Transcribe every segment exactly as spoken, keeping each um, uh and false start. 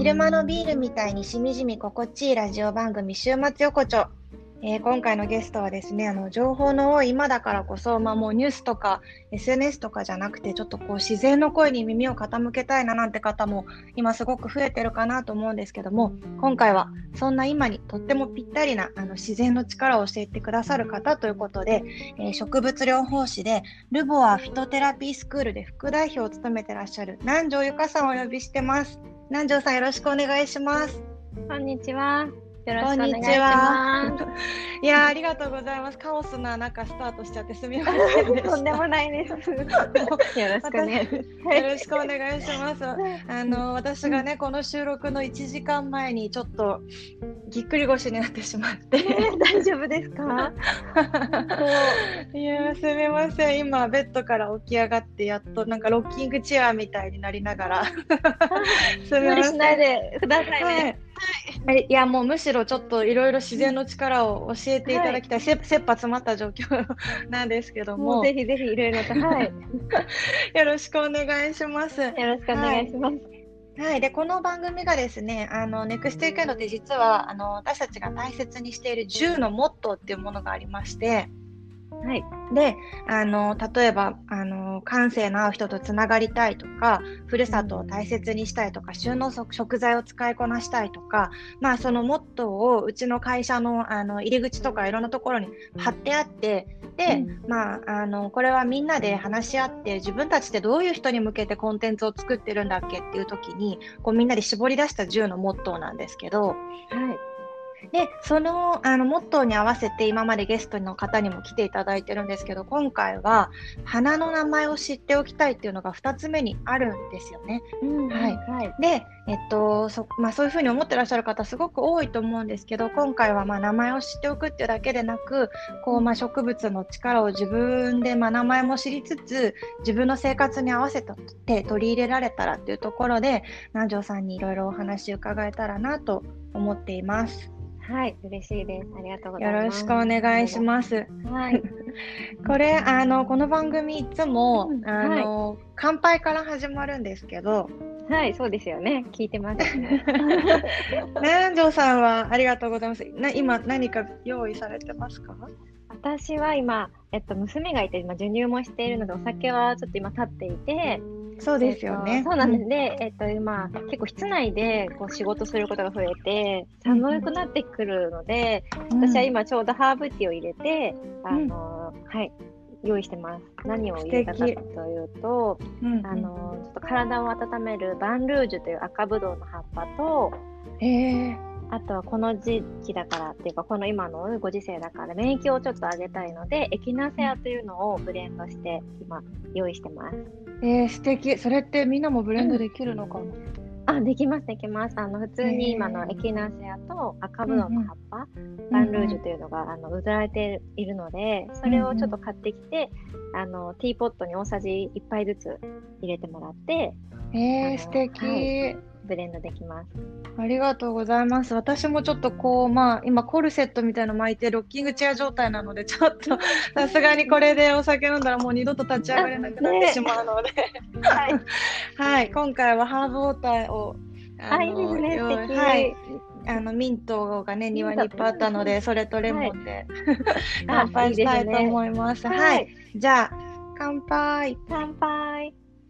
昼間のビールみたいにしみじみ心地いいラジオ番組週末横丁、えー今回のゲストはですね、あの情報の多い今だからこそ、まあ、もうニュースとか エスエヌエス とかじゃなくてちょっとこう自然の声に耳を傾けたいななんて方も今すごく増えてるかなと思うんですけども、今回はそんな今にとってもぴったりなあの自然の力を教えてくださる方ということで、えー植物療法士でルボアフィトテラピースクールで副代表を務めてらっしゃる南條ゆかさんをお呼びしてます。南條さん、よろしくお願いします。 こんにちは。よろしくお願いしこんにちは。 ます。 いやー、ありがとうございます。カオスな中スタートしちゃってすみませんでした。 とんでもないです。よろしくね。 よろしくお願いします。あの私がね、この収録のいちじかんまえにちょっとぎっくり腰になってしまって、 大丈夫ですか？ いやー、すみません。今ベッドから起き上がってやっとなんかロッキングチェアみたいになりながらすみません。 無理しないでくださいね。 はい、いやもうむしろちょっといろいろ自然の力を教えていただきたい、せ切羽詰まった状況なんですけども、 もうぜひぜひいろいろと、はい。 よろしくお願いします。 よろしくお願いします。 はい、でこの番組がですね、あのネクストウィークエンドって実はあの私たちが大切にしているじゅうのモットーっていうものがありまして、 はい。 であの例えばあの感性の合う人とつながりたいとか、ふるさとを大切にしたいとか、旬の食材を使いこなしたいとか、まあ、そのモットーをうちの会社の、あの入り口とかいろんなところに貼ってあって、で、 うんまあ、あのこれはみんなで話し合って自分たちってどういう人に向けてコンテンツを作ってるんだっけっていう時にこうみんなで絞り出したじゅうのモットーなんですけど、 はい。 でその、あのモットーに合わせて今までゲストの方にも来ていただいてるんですけど、今回は花の名前を知っておきたいっていうのがふたつめにあるんですよね。 うんはいはい。 で、えっとそまあ、そういうふうに思ってらっしゃる方すごく多いと思うんですけど、今回はまあ名前を知っておくっていうだけでなく、こう、まあ、植物の力を自分で、まあ、名前も知りつつ自分の生活に合わせて取り入れられたらっていうところで、南條さんにいろいろお話伺えたらなと思っています。 はい、嬉しいです。ありがとうございよます。 ろしくお願いします。 はい。 これあのこの番組いつも、 うんあの乾杯から始まるんですけど、 はい、そうですよね。聞いてますね。 南條さんはありがとうございます。な今何か用意されてますか？ 私は今、えっと、娘がいて、今、授乳もしているので、お酒はちょっと今立っていて、 そうですよね。 えっと、そうなんです。で、えっと、今、結構室内でこう仕事することが増えて、寒くなってくるので、 うん私は今ちょうどハーブティーを入れて、あの、はい、用意してます。何を入れたかというと、 うんうんあの、ちょっと体を温めるバンルージュという赤ぶどうの葉っぱと、 えー、 あとはこの時期だからっていうか、この今のご時世だから免疫をちょっと上げたいので、エキナセアというのをブレンドして今用意してます。 えー、素敵。それってみんなもブレンドできるのかな？ あ、できますできます。あの普通に今のエキナセアと赤ぶどうの葉っぱ、バンルージュというのがあの売られているので、それをちょっと買ってきて、あのティーポットに大さじいっぱいずつ入れてもらって、 えー、素敵、 はい、ブレンドできます。 ありがとうございます。私もちょっとこう、まあ、今コルセットみたいなの巻いてロッキングチェア状態なので、ちょっとさすがにこれでお酒飲んだらもう二度と立ち上がれなくなってしまうので、はい、はい、今回はハーブウォーターをあ、いいですね、素敵。 はい、あのミントがね庭にいっぱいあったので、それとレモンで、はい、乾杯したいと思います。はい、はい、じゃあ乾杯。 乾杯。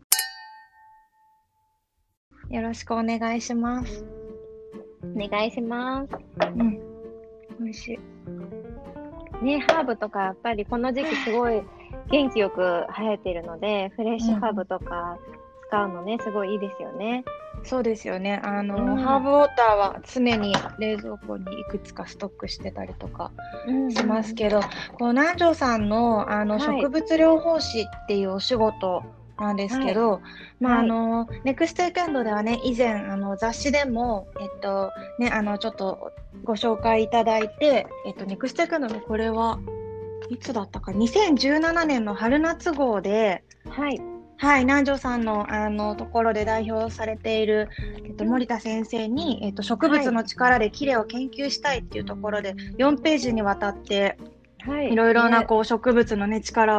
よろしくお願いします。 お願いします。 うん、美味しい。 ね、ハーブとかやっぱりこの時期すごい元気よく生えてるので、フレッシュハーブとか使うのね、すごいいいですよね。 そうですよね。あの、 うん、 ハーブウォーターは常に冷蔵庫にいくつかストックしてたりとかしますけど、うんうん、こう南條さんの、あの、はい、植物療法士っていうお仕事なんですけど、はい、まあ、あの、ネクストウィークエンドではね、以前、あの、雑誌でも、えっと、ね、あの、ちょっとご紹介いただいて、えっと、ネクストウィークエンドのこれはいつだったか、にせんじゅうななねんの春夏号で、 はい。 はい、南條さんの、あのところで代表されている、えっと、森田先生に、えっと、植物の力でキレを研究したいっていうところで、よんページにわたって、はい、いろいろなこう植物の、ね、力を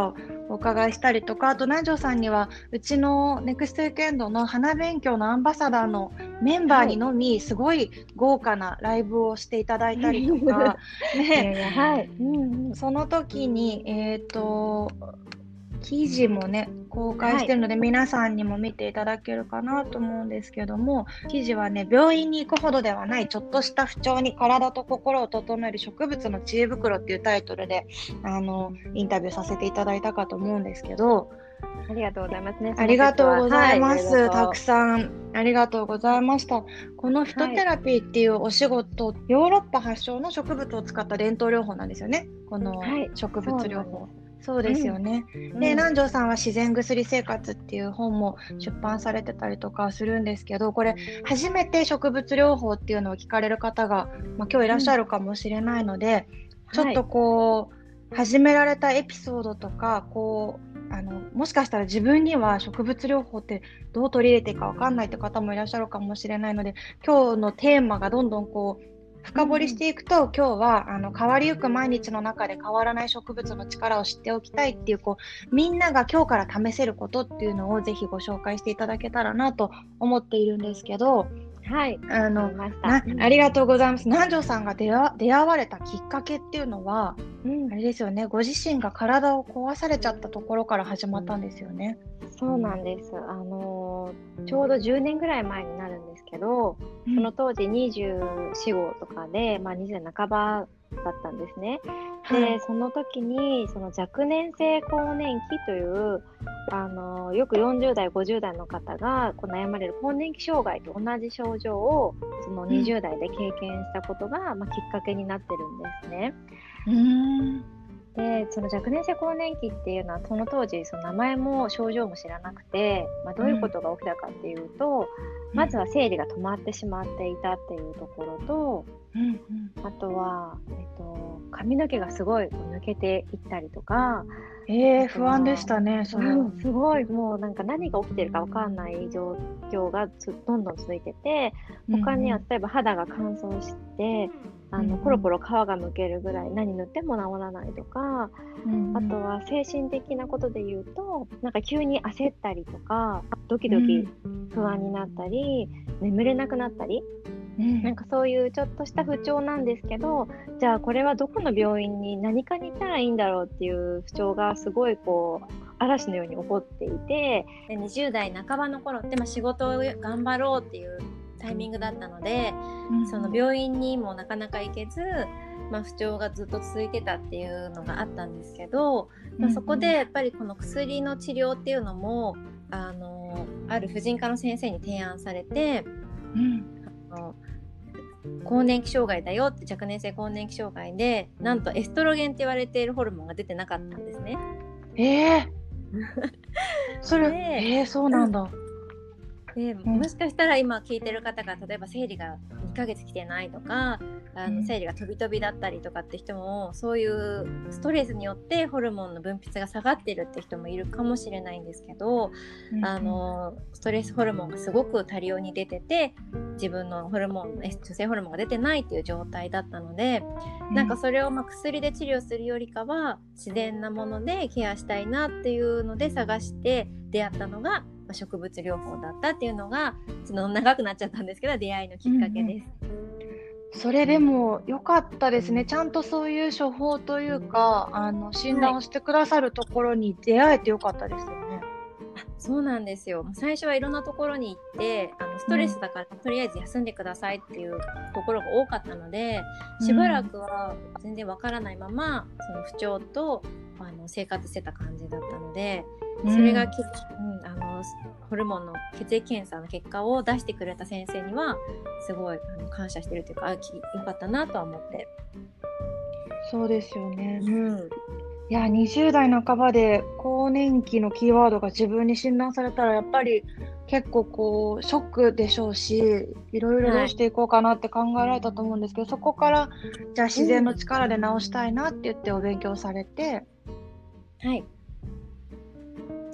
お伺いしたりとか、あと南條さんにはうちのネクストウィークエンドの花勉強のアンバサダーのメンバーにのみすごい豪華なライブをしていただいたりとか、ね、 いやいや、はい、 うんうん、その時に、えーと、記事もね公開してるので、はい、皆さんにも見ていただけるかなと思うんですけども、記事はね、病院に行くほどではないちょっとした不調に体と心を整える植物の知恵袋っていうタイトルであのインタビューさせていただいたかと思うんですけど、 ありがとうございますね。 ありがとうございます、 はい、 たくさんありがとうございました。このフィトテラピーっていうお仕事、はい、ヨーロッパ発祥の植物を使った伝統療法なんですよね、この植物療法、はい、そうですよね、うん、で南條さんは自然薬生活っていう本も出版されてたりとかするんですけど、これ初めて植物療法っていうのを聞かれる方が、まあ、今日いらっしゃるかもしれないので、うん、ちょっとこう、はい、始められたエピソードとかこうあのもしかしたら自分には植物療法ってどう取り入れていいか分かんないって方もいらっしゃるかもしれないので、今日のテーマがどんどんこう深掘りしていくと、うん、今日はあの変わりゆく毎日の中で変わらない植物の力を知っておきたいっていう、こうみんなが今日から試せることっていうのをぜひご紹介していただけたらなと思っているんですけど、 はい、 あのなありがとうございます。南條さんが出会、出会われたきっかけっていうのは、うん、あれですよね、ご自身が体を壊されちゃったところから始まったんですよね。 そうなんです。あのちょうどじゅうねんぐらい前になるんですけど、うん、その当時にじゅうよん、ごとかで、まあ、にじゅう代半ばだったんですね。で、はい、その時にその若年性更年期というあのよくよんじゅう代ごじゅう代の方がこう悩まれる更年期障害と同じ症状をそのにじゅう代で経験したことが、うん、まあ、きっかけになってるんですね。 うーんでその若年性更年期っていうのはその当時その名前も症状も知らなくて、まあ、どういうことが起きたかっていうと、うん、まずは生理が止まってしまっていたっていうところと、うんうん、あとは、えっと、髪の毛がすごい抜けていったりとか、 えー、不安でしたねそれ、 うん、すごいもうなんか何が起きてるか分かんない状況がどんどん続いてて、他には例えば肌が乾燥してあのポロポロ皮がむけるぐらい何塗っても治らないとか、うんうん、あとは精神的なことで言うとなんか急に焦ったりとかドキドキ不安になったり、うん、眠れなくなったり、うん、なんかそういうちょっとした不調なんですけど、じゃあこれはどこの病院に何かに行ったらいいんだろうっていう不調がすごいこう嵐のように起こっていて、でにじゅう代半ばの頃って、まあ、仕事を頑張ろうっていうタイミングだったので、うん、その病院にもなかなか行けず、まあ、不調がずっと続いてたっていうのがあったんですけど、うん、まあ、そこでやっぱりこの薬の治療っていうのもあのある婦人科の先生に提案されて、うん、あの更年期障害だよって、若年性更年期障害でなんとエストロゲンって言われているホルモンが出てなかったんですね。 えー、それえー、そうなんだ、うんでもしかしたら今聞いてる方が例えば生理がにかげつ来てないとか、あの生理が飛び飛びだったりとかって人も、そういうストレスによってホルモンの分泌が下がってるって人もいるかもしれないんですけど、うん、あのストレスホルモンがすごく多量に出てて自分のホルモン女性ホルモンが出てないっていう状態だったので、うん、なんかそれをまあ薬で治療するよりかは自然なものでケアしたいなっていうので探して出会ったのが植物療法だったっていうのがその長くなっちゃったんですけど出会いのきっかけです、うんうん、それでも良かったですね。ちゃんとそういう処方というかあの診断をしてくださるところに出会えて良かったですよね、 はい、そうなんですよ。最初はいろんなところに行ってあのストレスだから、うん、とりあえず休んでくださいっていうところが多かったので、しばらくは全然わからないままその不調とあの生活してた感じだったので、それがき、うん、あのホルモンの血液検査の結果を出してくれた先生にはすごいあの感謝してるというか、よかったなとは思って。 そうですよね、 うん、 いやにじゅう代半ばで更年期のキーワードが自分に診断されたらやっぱり結構こうショックでしょうし、いろいろどうしていこうかなって考えられたと思うんですけど、はい、そこからじゃあ自然の力で治したいなって言ってお勉強されて、 はい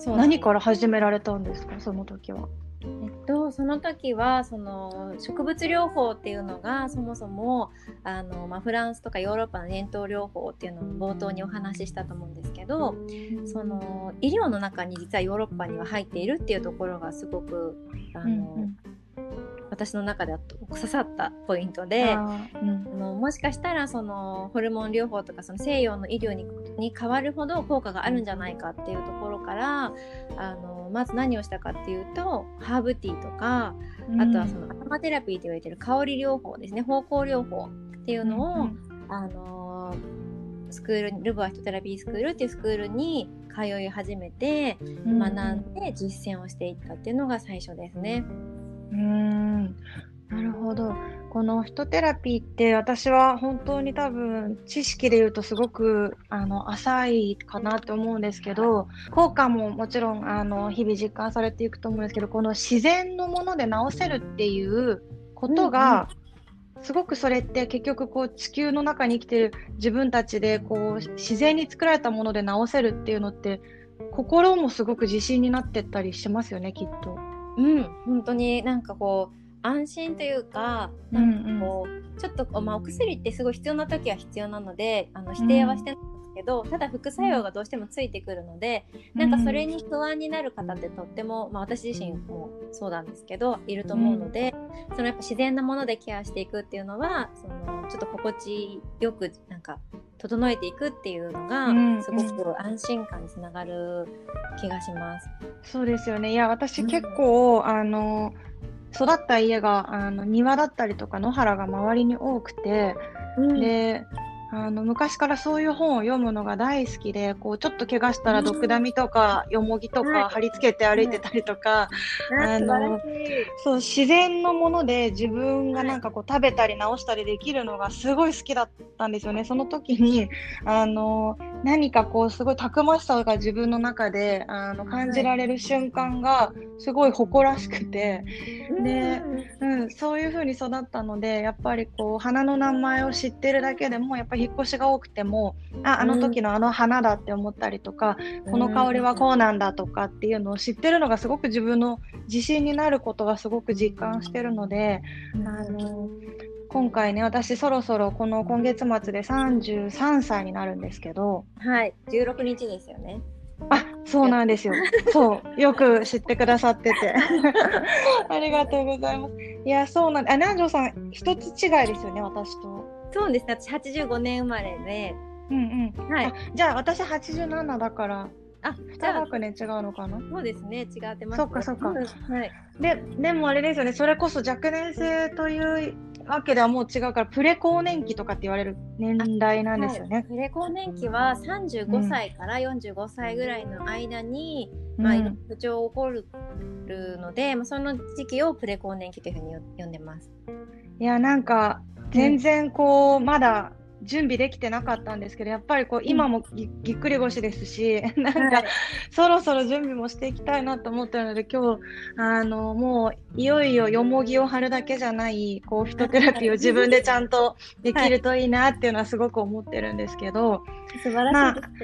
そうなんです。 何から始められたんですか、その時は。 えっと、その時はその植物療法っていうのがそもそもあの、まあ、フランスとかヨーロッパの伝統療法っていうのを冒頭にお話ししたと思うんですけど、その医療の中に実はヨーロッパには入っているっていうところがすごくあの、うんうん、私の中では刺さったポイントで、あ、うん、あのもしかしたらそのホルモン療法とかその西洋の医療に、に変わるほど効果があるんじゃないかっていうところからあのまず何をしたかっていうとハーブティーとか、うん、あとはそのアロマテラピーと言われている香り療法ですね、芳香療法っていうのを、うんうん、あのスクールルボアヒトテラピースクールっていうスクールに通い始めて、うん、学んで実践をしていったっていうのが最初ですね。 うーん、なるほど。このヒトテラピーって私は本当に多分知識で言うとすごくあの浅いかなと思うんですけど、効果ももちろんあの日々実感されていくと思うんですけど、この自然のもので治せるっていうことが、うんうん、すごくそれって結局こう地球の中に生きている自分たちでこう自然に作られたもので治せるっていうのって心もすごく自信になってったりしますよね、きっと。 うん、本当になんかこう安心というか、なんかこう、うんうん、ちょっと、まあ、お薬ってすごい必要な時は必要なのであの否定はしてないんですけど、うん、ただ副作用がどうしてもついてくるので、うん、なんかそれに不安になる方ってとっても、まあ、私自身もそうなんですけどいると思うので、うん、そのやっぱ自然なものでケアしていくっていうのはそのちょっと心地よくなんか整えていくっていうのがすごく安心感につながる気がします。 うんうん、そうですよね。いや私結構、うん、あの育った家があの庭だったりとか野原が周りに多くて、うん、であの昔からそういう本を読むのが大好きで、こうちょっと怪我したらドクダミとかヨモギとか貼り付けて歩いてたりとか、はい、あのそう自然のもので自分がなんかこう食べたり治したりできるのがすごい好きだったんですよね。その時にあの何かこうすごいたくましさが自分の中であの感じられる瞬間がすごい誇らしくて、で、うん、そういう風に育ったので、やっぱりこう花の名前を知ってるだけでもやっぱり引っ越しが多くても、あ、あの時のあの花だって思ったりとか、うん、この香りはこうなんだとかっていうのを知ってるのがすごく自分の自信になることがすごく実感してるので、うん、あの今回ね、私そろそろこの今月末でさんじゅうさんさいになるんですけど、 はい、じゅうろくにちですよね。 あ、そうなんですよ。そう、よく知ってくださってて。ありがとうございます。いや、そうなんで、あ、南條さん、一つ違いですよね、私と。 そうですね、私はちじゅうごねん生まれで。 うんうん。はい。あ、じゃあ、私はちじゅうななだから、あ、に学年違うのかな。 そうですね、違ってますね。 そっかそっか。 うん、はい。 で、でもあれですよね、それこそ若年性というわけではもう違うから、プレ更年期とかって言われる年代なんですよね。 はい、プレ更年期はさんじゅうごさいからよんじゅうごさいぐらいの間に、うん、まあ、いろんな不調が起こるので、まあ、その時期をプレ更年期というふうに呼んでます。 いや、なんか全然こう、うん、まだ準備できてなかったんですけど、やっぱりこう今も ぎ,、うん、ぎっくり腰ですし、なんか、はい、そろそろ準備もしていきたいなと思ってるので、今日あのもういよいよよもぎを貼るだけじゃないこうフィトテラピーを自分でちゃんとできるといいなっていうのはすごく思ってるんですけど、はい、 素晴らしいです、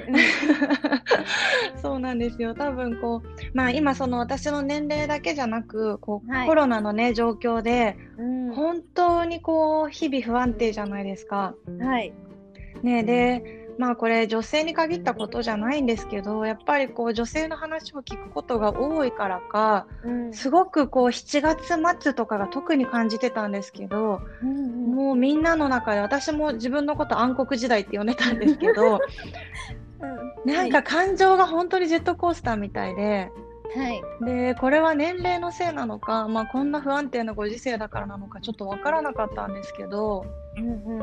まあ、そうなんですよ。多分こう、まあ、今その私の年齢だけじゃなくこう、はい、コロナのね状況で、うん、本当にこう日々不安定じゃないですか。 はい。 ね、で、まあこれ女性に限ったことじゃないんですけど、やっぱりこう女性の話を聞くことが多いからか、うん、すごくこうしちがつ末とかが特に感じてたんですけど、うんうん、もうみんなの中で私も自分のこと暗黒時代って呼んでたんですけど、うん、なんか感情が本当にジェットコースターみたいで、はい、でこれは年齢のせいなのか、まあ、こんな不安定なご時世だからなのかちょっと分からなかったんですけど、うんうんうんうん、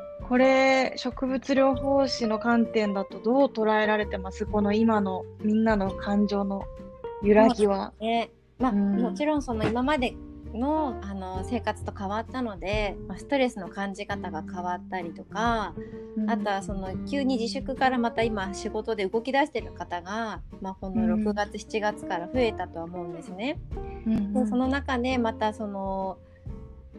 これ植物療法士の観点だとどう捉えられてます？この今のみんなの感情の揺らぎは。 ね、まあ、うん、もちろんその今までの、あの生活と変わったので、まあ、ストレスの感じ方が変わったりとか、うん、あとはその急に自粛からまた今仕事で動き出してる方が、まあ、このろくがつ、うん、しちがつから増えたとは思うんですね、うんうん、でその中でまたその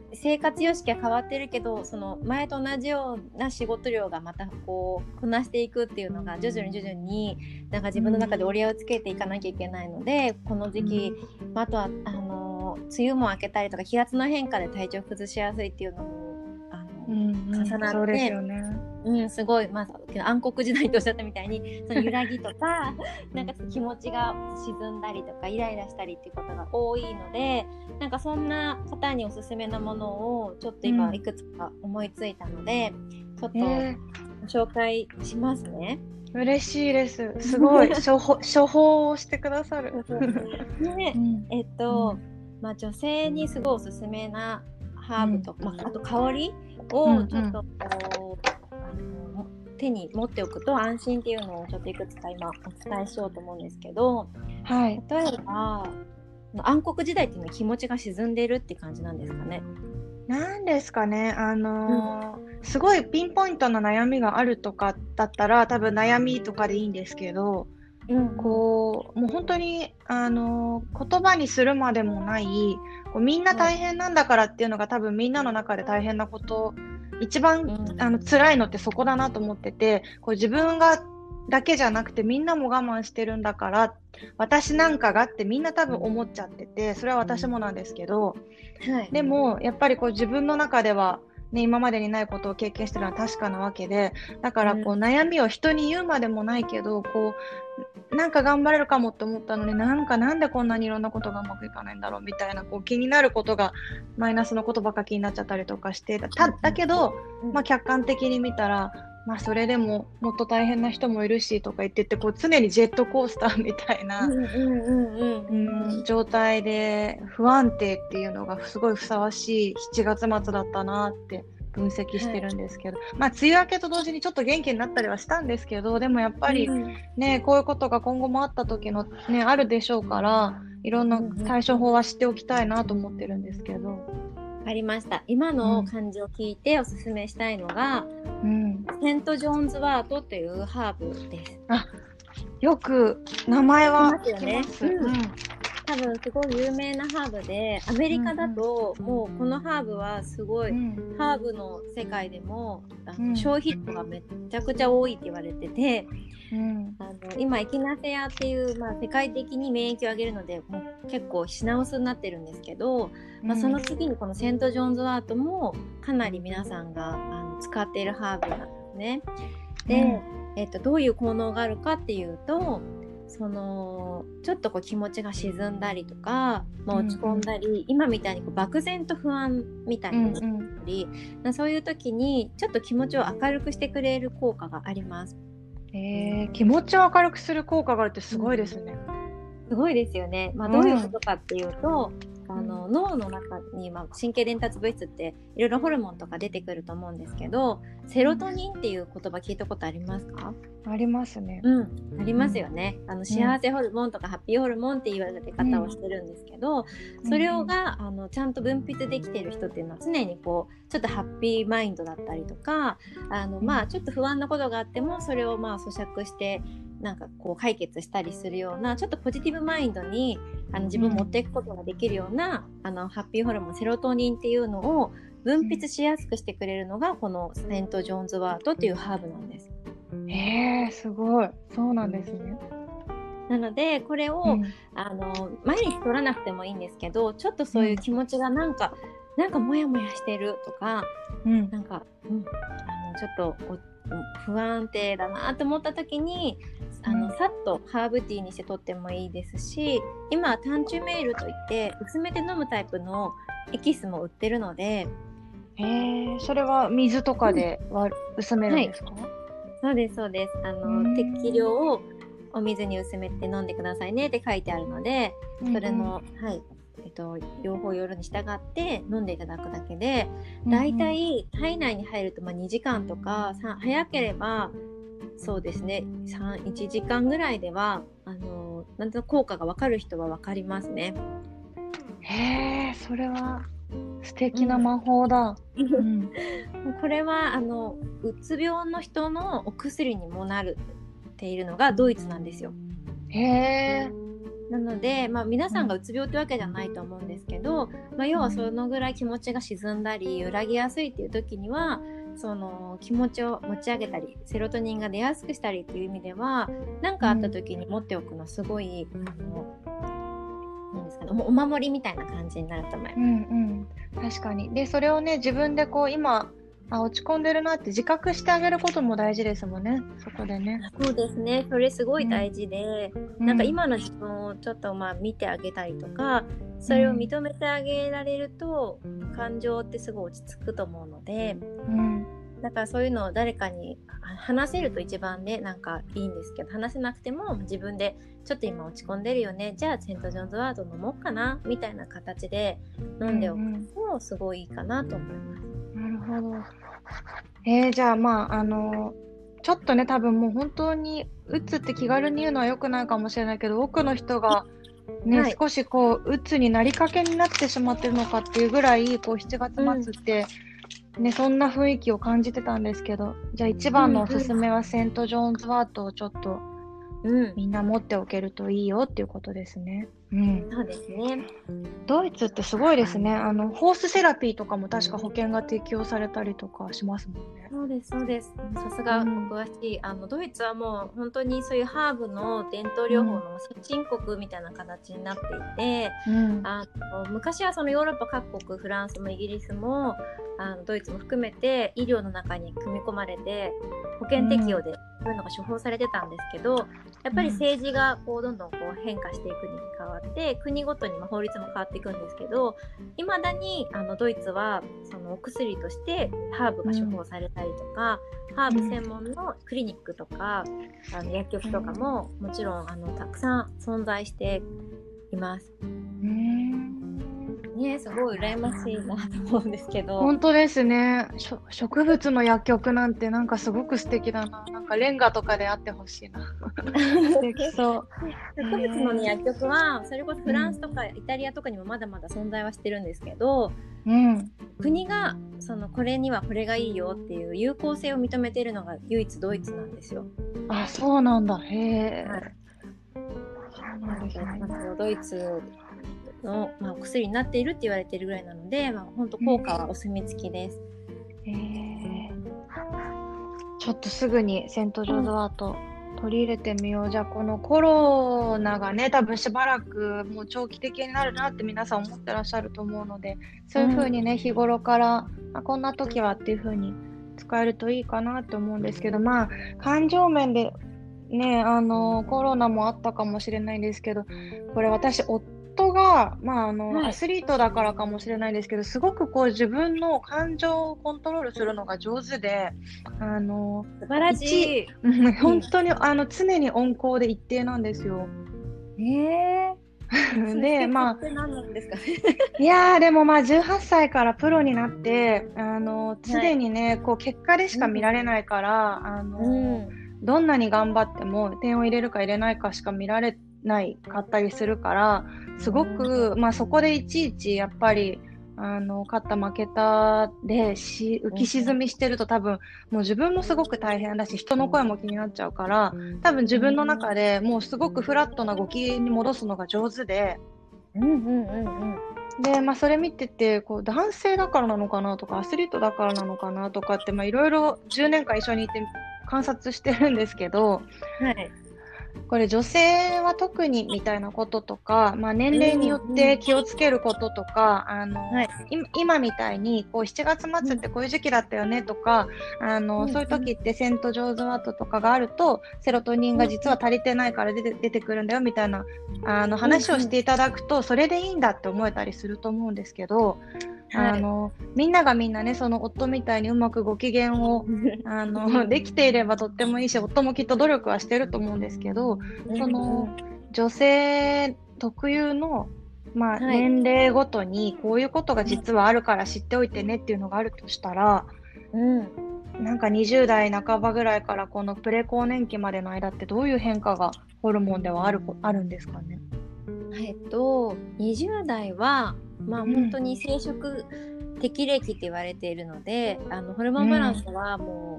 生活様式は変わってるけど、その前と同じような仕事量がまたこうこなしていくっていうのが徐々に徐々になんか自分の中で折り合いをつけていかなきゃいけないので、この時期、あとはあの梅雨も明けたりとか気圧の変化で体調崩しやすいっていうのもあの、うんうん、重なって、 そうですよね。 うん、すごい、まあ、暗黒時代とおっしゃったみたいにその揺らぎとかなんか気持ちが沈んだりとかイライラしたりっていうことが多いので、なんかそんな方におすすめなものをちょっと今いくつか思いついたので、うん、ちょっとご紹介しますね。 えー、嬉しいです。すごい処方、処方をしてくださる。 ね、うん、えっと、うん、まあ、女性にすごいおすすめなハーブとか、うん、まあ、あと香りをちょっとこう、うんうん、手に持っておくと安心っていうのをちょっといくつか今お伝えしようと思うんですけど、 はい、 例えば暗黒時代っていうのは気持ちが沈んでるって感じなんですかね。 なんですかね、あのーうん、すごいピンポイントな悩みがあるとかだったら多分悩みとかでいいんですけど、うん、こうもう本当に、あのー、言葉にするまでもないこうみんな大変なんだからっていうのが多分みんなの中で大変なこと一番、うん、あの辛いのってそこだなと思ってて、こう自分がだけじゃなくてみんなも我慢してるんだから私なんかがってみんな多分思っちゃってて、それは私もなんですけど、はい、でもやっぱりこう自分の中では、ね、今までにないことを経験してるのは確かなわけで、だからこう、うん、悩みを人に言うまでもないけどこうなんか頑張れるかもって思ったのになんかなんでこんなにいろんなことがうまくいかないんだろうみたいなこう気になることがマイナスのことばっか気になっちゃったりとかしてただけど、まあ、客観的に見たらまあそれでももっと大変な人もいるしとか言っててこう常にジェットコースターみたいな状態で不安定っていうのがすごいふさわしいしちがつ末だったなって分析してるんですけど、はい、まあ梅雨明けと同時にちょっと元気になったりはしたんですけど、でもやっぱりね、うん、こういうことが今後もあった時のねあるでしょうから、いろんな対処法は知っておきたいなと思ってるんですけど。 わかりました。今の感じを聞いておすすめしたいのが、うん、セントジョーンズワートというハーブです。 あ、よく名前は聞きます。 うん、多分すごい有名なハーブで、アメリカだともうこのハーブはすごい、うん、ハーブの世界でもあの、うん、消費量がめちゃくちゃ多いって言われてて、うん、あの今エキナセアっていう、まあ、世界的に免疫を上げるのでもう結構品薄になってるんですけど、まあ、その次にこのセントジョーンズワートもかなり皆さんがあの使っているハーブなんですね。で、うん、えっと、どういう効能があるかっていうと、そのちょっとこう気持ちが沈んだりとか、まあ、落ち込んだり、うんうん、今みたいにこう漠然と不安みたいになったり、うんうん、そういう時にちょっと気持ちを明るくしてくれる効果があります。 えー、気持ちを明るくする効果があるってすごいですね。 うん、すごいですよね。まあ、どういうことかっていうと、うん、あの脳の中に、まあ、神経伝達物質っていろいろホルモンとか出てくると思うんですけど、セロトニンっていう言葉聞いたことありますか？ ありますね。 うん、ありますよね。あの幸せホルモンとかハッピーホルモンって言われ方をしてるんですけど、うん、それをがあのちゃんと分泌できている人っていうのは常にこうちょっとハッピーマインドだったりとか、あの、まあ、ちょっと不安なことがあってもそれをまあ咀嚼してなんかこう解決したりするようなちょっとポジティブマインドにあの自分を持っていくことができるような、うん、あのハッピーホルモンセロトニンっていうのを分泌しやすくしてくれるのがこのセントジョーンズワートっていうハーブなんです。 へー、すごい。そうなんですね。 なのでこれを、うん、あの毎日取らなくてもいいんですけど、ちょっとそういう気持ちがなんか、うん、なんかモヤモヤしてるとか、うん、なんか、うん、あのちょっと不安定だなと思った時にあのさっとハーブティーにして取ってもいいですし、今はタンチュメールといって薄めて飲むタイプのエキスも売ってるので。 へー、それは水とかで割、うん、薄めるんですか？はい、 そうですそうです。あの適量をお水に薄めて飲んでくださいねって書いてあるので、それの、うん、はい、えっと、両方夜に従って飲んでいただくだけで、だいたい体内に入るとまあにじかんとか、早ければそうですねいちじかんぐらいではあのなんとなく効果が分かる人は分かりますね。 へー、それは素敵な魔法だ。うんうん、 これはあのうつ病の人のお薬にもなるっているのがドイツなんですよ。 へー、 なので、まあ、皆さんがうつ病ってわけじゃないと思うんですけど、まあ、要はそのぐらい気持ちが沈んだり揺らぎやすいっていう時にはその気持ちを持ち上げたりセロトニンが出やすくしたりっていう意味では何かあった時に持っておくのすごい、うん、あのなんですかね、お守りみたいな感じになると思います。 うんうん、確かに。でそれをね自分でこう今あ落ち込んでるなって自覚してあげることも大事ですもんね、そこでね。 そうですね、それすごい大事で、 うん、 なんか今の自分をちょっとまあ見てあげたりとかそれを認めてあげられると、うん、感情ってすごい落ち着くと思うので、うん、だからそういうのを誰かに話せると一番ねなんかいいんですけど、話せなくても自分でちょっと今落ち込んでるよね、じゃあセントジョンズワート飲もうかなみたいな形で飲んでおくとすごいいいかなと思います。 うんうん、なるほど。えー、じゃあまああのちょっとね多分もう本当にうつって気軽に言うのは良くないかもしれないけど多くの人がね、はい、少しこううつになりかけになってしまってるのかっていうぐらいこうしちがつ末って、うんね、そんな雰囲気を感じてたんですけど、じゃあ一番のおすすめはセントジョーンズワートをちょっと、うん、みんな持っておけるといいよっていうことですね。うん、 そうですね。 ドイツってすごいですね。あのホースセラピーとかも確か保険が適用されたりとかしますもんね。 そうですそうです。さすがお詳しい、うん、あのドイツはもう本当にそういうハーブの伝統療法の先進国みたいな形になっていて、うん、あの昔はそのヨーロッパ各国フランスもイギリスもあのドイツも含めて医療の中に組み込まれて保険適用でそういうのが処方されてたんですけど、やっぱり政治がこうどんどんこう変化していくに変わって国ごとに法律も変わっていくんですけど、いまだにあのドイツはそのお薬としてハーブが処方されたりとか、うん、ハーブ専門のクリニックとか、うん、あの薬局とかももちろんあのたくさん存在しています。うんね、すごい羨ましいなと思うんですけど。 本当ですね。植物の薬局なんてなんかすごく素敵だな。なんかレンガとかであってほしいな。素敵そう。 植物の、ね、薬局はそれこそフランスとかイタリアとかにもまだまだ存在はしてるんですけど、うん、国がそのこれにはこれがいいよっていう有効性を認めているのが唯一ドイツなんですよ。 あ、そうなんだ。へー。はい、 そうなんですね。ドイツの、まあ、お薬になっているって言われているぐらいなので、まあ、本当効果はお墨付きです。 うん、えー、ちょっとすぐにセントジョーズワート取り入れてみよう。じゃあこのコロナがね多分しばらくもう長期的になるなって皆さん思ってらっしゃると思うので、そういう風にね、うん、日頃からあこんな時はっていう風に使えるといいかなと思うんですけど、まあ感情面でねあのコロナもあったかもしれないんですけど、これ私夫が、まああのはい、アスリートだからかもしれないんですけど、すごくこう自分の感情をコントロールするのが上手で、あの素晴らしい本当にあの常に温厚で一定なんですよ。 えー、 でまあ何なんですかねいやーでもまあじゅうはっさいからプロになってあの常にね、はい、こう結果でしか見られないから、うん、あの、うん、どんなに頑張っても点を入れるか入れないかしか見られないかったりするから、すごく、まあ、そこでいちいちやっぱりあの勝った負けたでし浮き沈みしてると多分もう自分もすごく大変だし人の声も気になっちゃうから、多分自分の中でもうすごくフラットなご機嫌に戻すのが上手で、うんうんうんうん、で、まあ、それ見ててこう男性だからなのかなとかアスリートだからなのかなとかっていろいろじゅうねんかん一緒にいて観察してるんですけど、はい、これ女性は特にみたいなこととか、まあ、年齢によって気をつけることとか、うんうん、あのはい、今みたいにこうしちがつ末ってこういう時期だったよねとか、あの、うん、そういう時ってセントジョーズワートとかがあるとセロトニンが実は足りてないから出て、出てくるんだよみたいなあの話をしていただくとそれでいいんだって思えたりすると思うんですけど、あの、はい、みんながみんなねその夫みたいにうまくご機嫌をあのできていればとってもいいし、夫もきっと努力はしてると思うんですけど、その女性特有の、まあ、年齢ごとにこういうことが実はあるから知っておいてねっていうのがあるとしたら、うん、なんかにじゅう代半ばぐらいからこのプレ更年期までの間ってどういう変化がホルモンではある、あるんですかね。 えっとにじゅう代はまあ、本当に生殖適齢期って言われているので、うん、あのホルモンバランスはも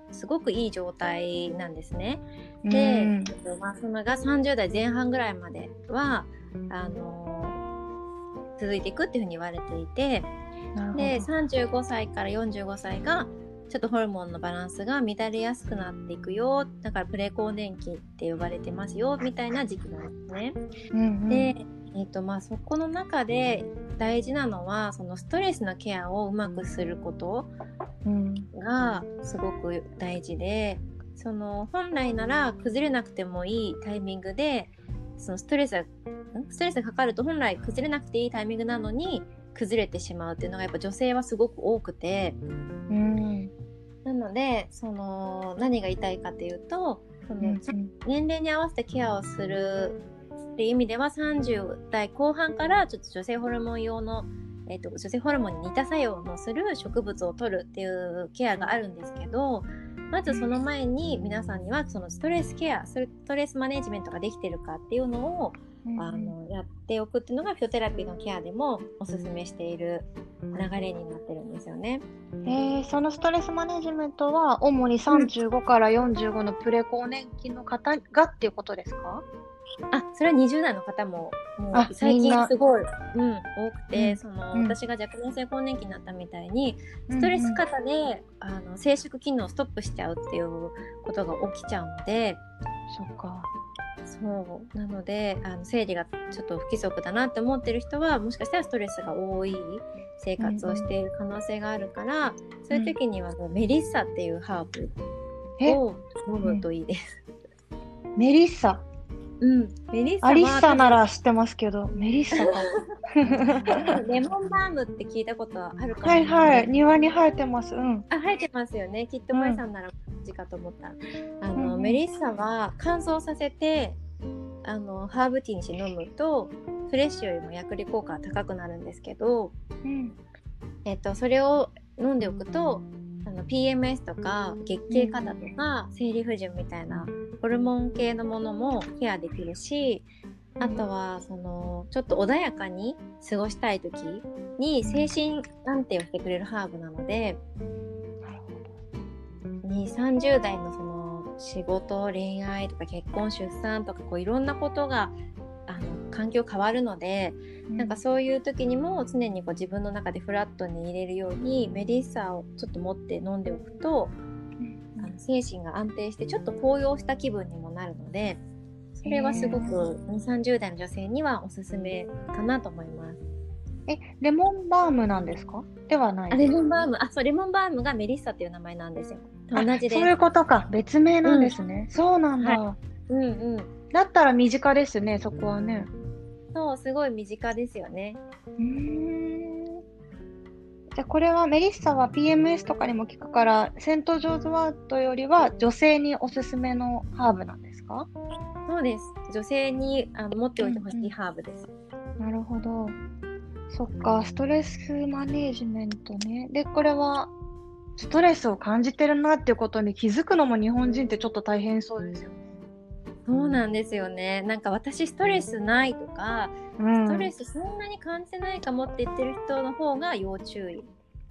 すごくいい状態なんですね。で、 うんまあ、そのがさんじゅう代前半ぐらいまではあの続いていくっていうふうに言われていて、でさんじゅうごさいからよんじゅうごさいがちょっとホルモンのバランスが乱れやすくなっていくよ、だからプレ更年期って呼ばれてますよみたいな時期なんですね。 うんうん、 で、えーとまあ、そこの中で大事なのはそのストレスのケアをうまくすることがすごく大事で、その本来なら崩れなくてもいいタイミングでそのストレスがストレスがかかると本来崩れなくていいタイミングなのに崩れてしまうっていうのがやっぱ女性はすごく多くて、うん、なのでその何が言いたいかっていうと、その、うん、年齢に合わせてケアをするっていう意味ではさんじゅう代後半からちょっと女性ホルモン用の、えーと、女性ホルモンに似た作用のする植物を取るっていうケアがあるんですけど、まずその前に皆さんにはそのストレスケア、ストレスマネジメントができてるかっていうのを、うん、あのやっておくっていうのがフィトテラピーのケアでもおすすめしている流れになってるんですよね。 えー、そのストレスマネジメントは主にさんじゅうごからよんじゅうごのプレ更年期の方がっていうことですか？ あ、それはにじゅう代の方も、もう最近すごい、うん、多くて、うん、その、うん、私が若年性更年期になったみたいにストレス過多で、うんうん、あの生殖機能をストップしちゃうっていうことが起きちゃうので、 そっか。 そうなのであの生理がちょっと不規則だなって思ってる人はもしかしたらストレスが多い生活をしている可能性があるから、うん、そういう時にはメリッサっていうハーブを飲むといいです。 メリッサ、 うん、メリッサアリッサなら知ってますけど、メリッサかレモンバームって聞いたことはあるかも、 ね、はいはい、庭に生えてます。うん。 あ、生えてますよね。きっと萌さんなら同じかと思った。うん、あの、うん、メリッサは乾燥させてあのハーブティーにして飲むとフレッシュよりも薬理効果が高くなるんですけど、うん、えっと、それを飲んでおくとあの ピーエムエス とか月経過多とか生理不順みたいなホルモン系のものもケアできるし、あとはそのちょっと穏やかに過ごしたい時に精神安定をしてくれるハーブなので、にじゅう、さんじゅう代のその仕事、恋愛とか結婚、出産とかこういろんなことがあの環境変わるので、うん、なんかそういう時にも常にこう自分の中でフラットに入れるようにメリッサをちょっと持って飲んでおくと、うん、あの精神が安定してちょっと高揚した気分にもなるので、それはすごくにじゅう、さんじゅう代の女性にはおすすめかなと思います。 え、レモンバームなんですか？ではない。 あ、レモンバーム、あ、そう、レモンバームがメリッサっていう名前なんですよ。同じです。 そういうことか、別名なんですね。うん、そうなんだ。はい、うんうん。だったら身近ですね、そこはね。 そう、すごい身近ですよね。 うーん。じゃあこれはメリッサは ピーエムエス とかにも効くから、セントジョーズワートよりは女性におすすめのハーブなんですか？ そうです。女性にあの持っておいてほしいハーブです。 うんうん、なるほど。そっか、ストレスマネージメントね。で、これはストレスを感じてるなっていうことに気づくのも日本人ってちょっと大変そうですよね。 そうなんですよね。なんか私ストレスないとか、うん、ストレスそんなに感じてないかもって言ってる人の方が要注意。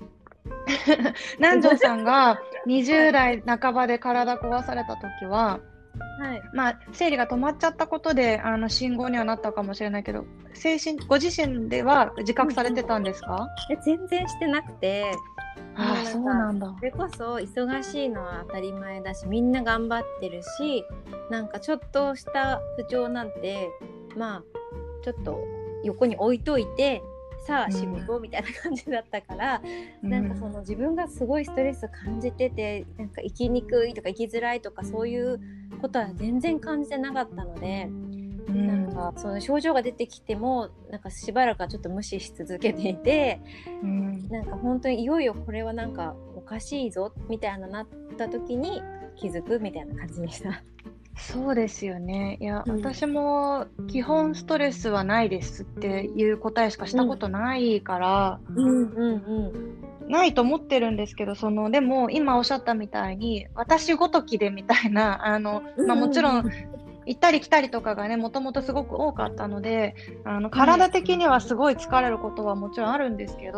南條さんがにじゅう代半ばで体壊された時は、はい、まあ生理が止まっちゃったことであの信号にはなったかもしれないけど、精神ご自身では自覚されてたんですか？ うん、え全然してなくて、 ああそうなんだ。 それこそ忙しいのは当たり前だし、みんな頑張ってるし、なんかちょっとした不調なんてまあちょっと横に置いといてさあ仕事みたいな感じだったから、うん、なんかその自分がすごいストレス感じてて、なんか生きにくいとか生きづらいとかそういうことは全然感じてなかったので、うん、なんかその症状が出てきてもなんかしばらくはちょっと無視し続けていて、うん、なんか本当にいよいよこれはなんかおかしいぞみたいななった時に気づくみたいな感じでした。 そうですよね。いや、うん、私も基本ストレスはないですっていう答えしかしたことないから、うんうんうんうん、ないと思ってるんですけど、そのでも今おっしゃったみたいに私ごときでみたいなあの、まあ、もちろん行ったり来たりとかがねもともとすごく多かったので、あの体的にはすごい疲れることはもちろんあるんですけど、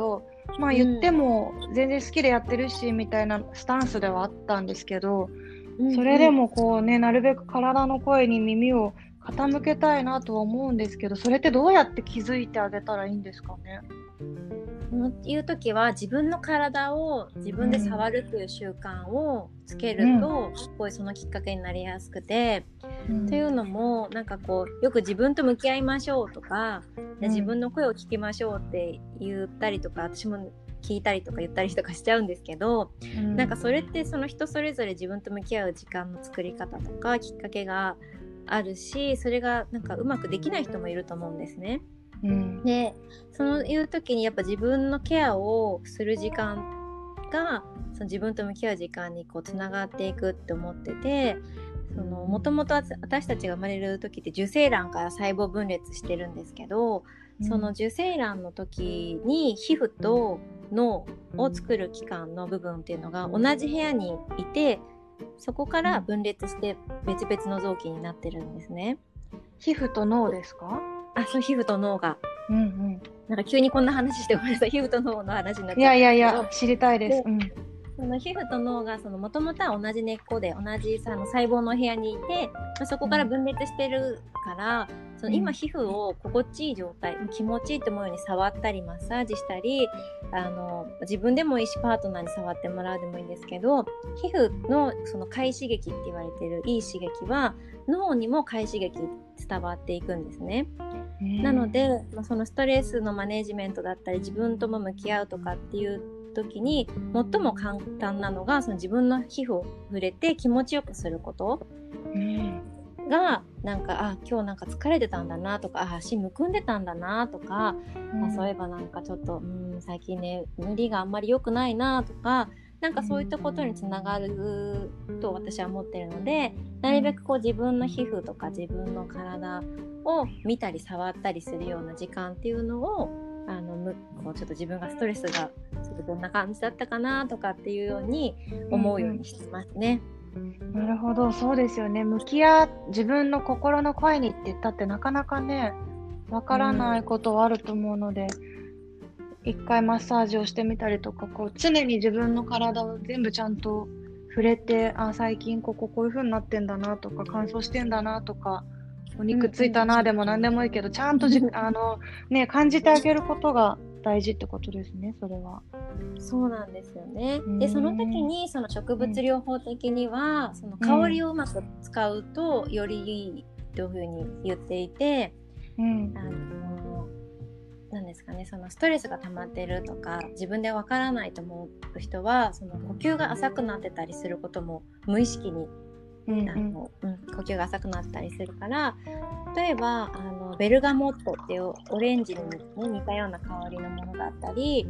まあ言っても全然好きでやってるしみたいなスタンスではあったんですけど、それでもこうね、なるべく体の声に耳を傾けたいなとは思うんですけど、それってどうやって気づいてあげたらいいんですかね。 そういう時は自分の体を自分で触るという習慣をつけると、うん、すごいそのきっかけになりやすくて、うん、というのもなんかこうよく自分と向き合いましょうとか、うん、自分の声を聞きましょうって言ったりとか、私も聞いたりとか言ったりとかしちゃうんですけど、うん、なんかそれってその人それぞれ自分と向き合う時間の作り方とかきっかけがあるし、それがなんかうまくできない人もいると思うんですね。うん、でそういう時にやっぱ自分のケアをする時間がその自分と向き合う時間にこうつながっていくって思ってて、もともと私たちが生まれる時って受精卵から細胞分裂してるんですけど、うん、その受精卵の時に皮膚と脳を作る器官の部分っていうのが同じ部屋にいて、そこから分裂して別々の臓器になってるんですね。 皮膚と脳ですか？ あ、そう、皮膚と脳が、 うんうん、 なんか急にこんな話してごめんなさい、皮膚と脳の話になっちゃった。 いやいやいや、知りたいです。うん、 その皮膚と脳がもともとは同じ根っこで同じさの細胞の部屋にいて、まあ、そこから分裂してるから、うん、その今皮膚を心地いい状態、うん、気持ちいいと思うように触ったりマッサージしたり、あの自分でもいいしパートナーに触ってもらうでもいいんですけど、皮膚のその快刺激って言われてるいい刺激は脳にも快刺激伝わっていくんですね。なので、まあ、そのストレスのマネジメントだったり自分とも向き合うとかっていう時に最も簡単なのがその自分の皮膚を触れて気持ちよくすることが、なんかあ今日なんか疲れてたんだなとか、あ足むくんでたんだなとか、うんあ、そういえばなんかちょっとうん最近ね無理があんまり良くないなとか、なんかそういったことにつながると私は思ってるので、なるべくこう自分の皮膚とか自分の体を見たり触ったりするような時間っていうのをあのむこうちょっと自分がストレスがちょっとどんな感じだったかなとかっていうように思うようにしてますね。 うんうん、なるほど、そうですよね。向き合自分の心の声にって言ったってなかなかねわからないことはあると思うので、うん、一回マッサージをしてみたりとか、こう常に自分の体を全部ちゃんと触れて、あ最近こここういう風になってんだなとか乾燥してんだなとかお肉ついたなでも何でもいいけど、ちゃんとじあの、ね、感じてあげることが大事ってことですね。それはそうなんですよね。でその時にその植物療法的には、うん、その香りをうまく使うとよりいいというふうに言っていて、うん、あのなんですかね、そのストレスが溜まってるとか自分でわからないと思う人はその呼吸が浅くなってたりすることも無意識にうんうんあのうん、呼吸が浅くなったりするから、例えばあのベルガモットっていうオレンジに似たような香りのものだったり、うん、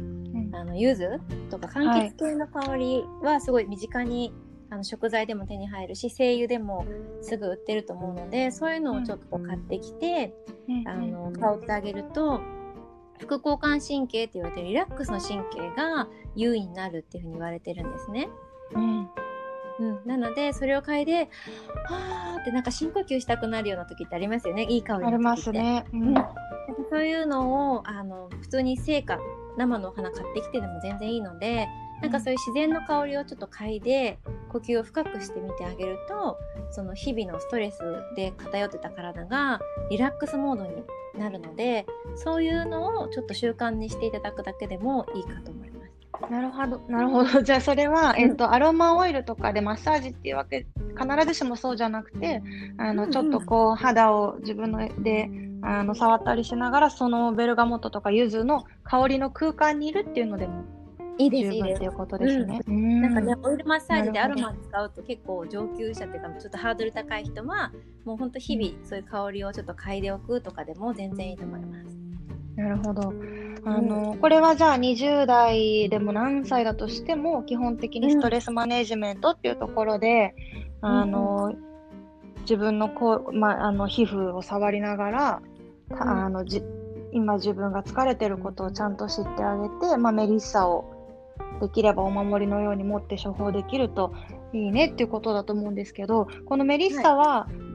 あの柚子とか柑橘系の香りはすごい身近に、はい、あの食材でも手に入るし精油でもすぐ売ってると思うので、そういうのをちょっと買ってきて、うん、あの香ってあげると副交感神経って言われてるリラックスの神経が優位になるっていうふうに言われてるんですね。うんうん、なのでそれを嗅いではーってなんか深呼吸したくなるような時ってありますよね。いい香りの時ってありますね、うん、 そういうのをあの普通に生花生のお花買ってきてでも全然いいので、なんかそういう自然の香りをちょっと嗅いで呼吸を深くしてみてあげると、その日々のストレスで偏ってた体がリラックスモードになるので、そういうのをちょっと習慣にしていただくだけでもいいかと思います。 なるほど、なるほど。じゃあそれは、えっと、アロマオイルとかでマッサージっていうわけ必ずしもそうじゃなくて、あの、うんうん、ちょっとこう肌を自分のであの触ったりしながら、そのベルガモットとか柚子の香りの空間にいるっていうのでもいいです十分っていうことですね。 うん、なんかね、オイルマッサージでアロマ使うと結構上級者っていうかちょっとハードル高い人はもうほんと日々そういう香りをちょっと嗅いでおくとかでも全然いいと思います。 なるほど。あの、うん、これはじゃあにじゅう代でも何歳だとしても基本的にストレスマネジメントっていうところで、うん、あの自分のこう、ま、あの皮膚を触りながら、うん、あのじ今自分が疲れてることをちゃんと知ってあげて、まあ、メリッサをできればお守りのように持って処方できるといいねっていうことだと思うんですけど、このメリッサは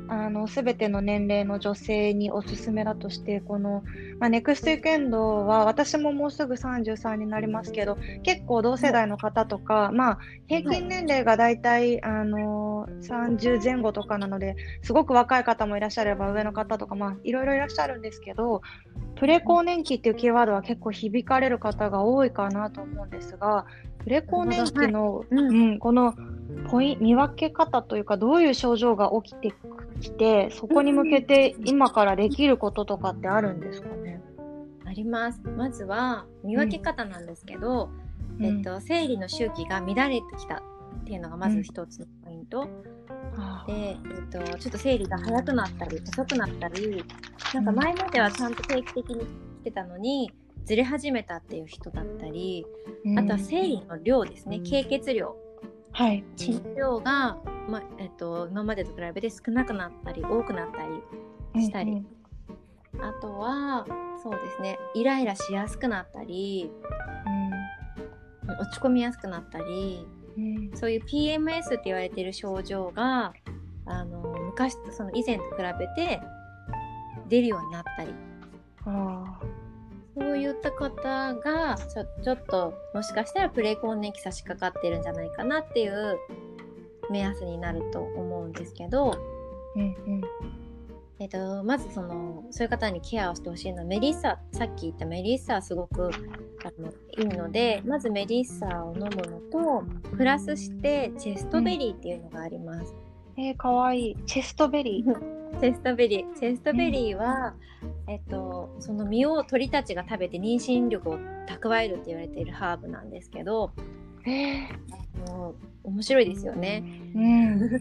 あの全ての年齢の女性におすすめだとして、この、まあ、ネクストウィークエンドは私ももうすぐさんじゅうさんになりますけど、結構同世代の方とか、まあ、平均年齢がだいたいあのさんじゅうぜん後とかなので、すごく若い方もいらっしゃれば上の方とか、まあ、いろいろいらっしゃるんですけど、プレ更年期っていうキーワードは結構響かれる方が多いかなと思うんですが、プレ更年期の、 うんうん、このポイ見分け方というか、どういう症状が起きてきて、そこに向けて今からできることとかってあるんですかね。 あります。まずは見分け方なんですけど、 うんえっと、生理の周期が乱れてきたっていうのがまず一つのポイント、 うん、 で、えっと、ちょっと生理が早くなったり遅くなったり、なんか前まではちゃんと定期的に来てたのにずれ始めたっていう人だったり、うん、あとは生理の量ですね、経血量、 はい、 血の量が、まえっと、今までと比べて少なくなったり多くなったりしたり、うんうん、あとはそうですね、イライラしやすくなったり、うん、落ち込みやすくなったり、うん、そういう ピーエムエス って言われている症状があの昔その以前と比べて出るようになったり、あそういった方がちょ、ちょっともしかしたらプレ更年期差し掛かってるんじゃないかなっていう目安になると思うんですけど、うんうんえっと、まずそのそういう方にケアをしてほしいのはメリッサ、さっき言ったメリッサはすごくあのいいので、まずメリッサを飲むのとプラスしてチェストベリーっていうのがあります。 うん、えー、かわいい。チェストベリーチェストベリーチェストベリーは、うん、えっと、その実を鳥たちが食べて妊娠力を蓄えるって言われているハーブなんですけど、 えー、もう面白いですよね。 うん、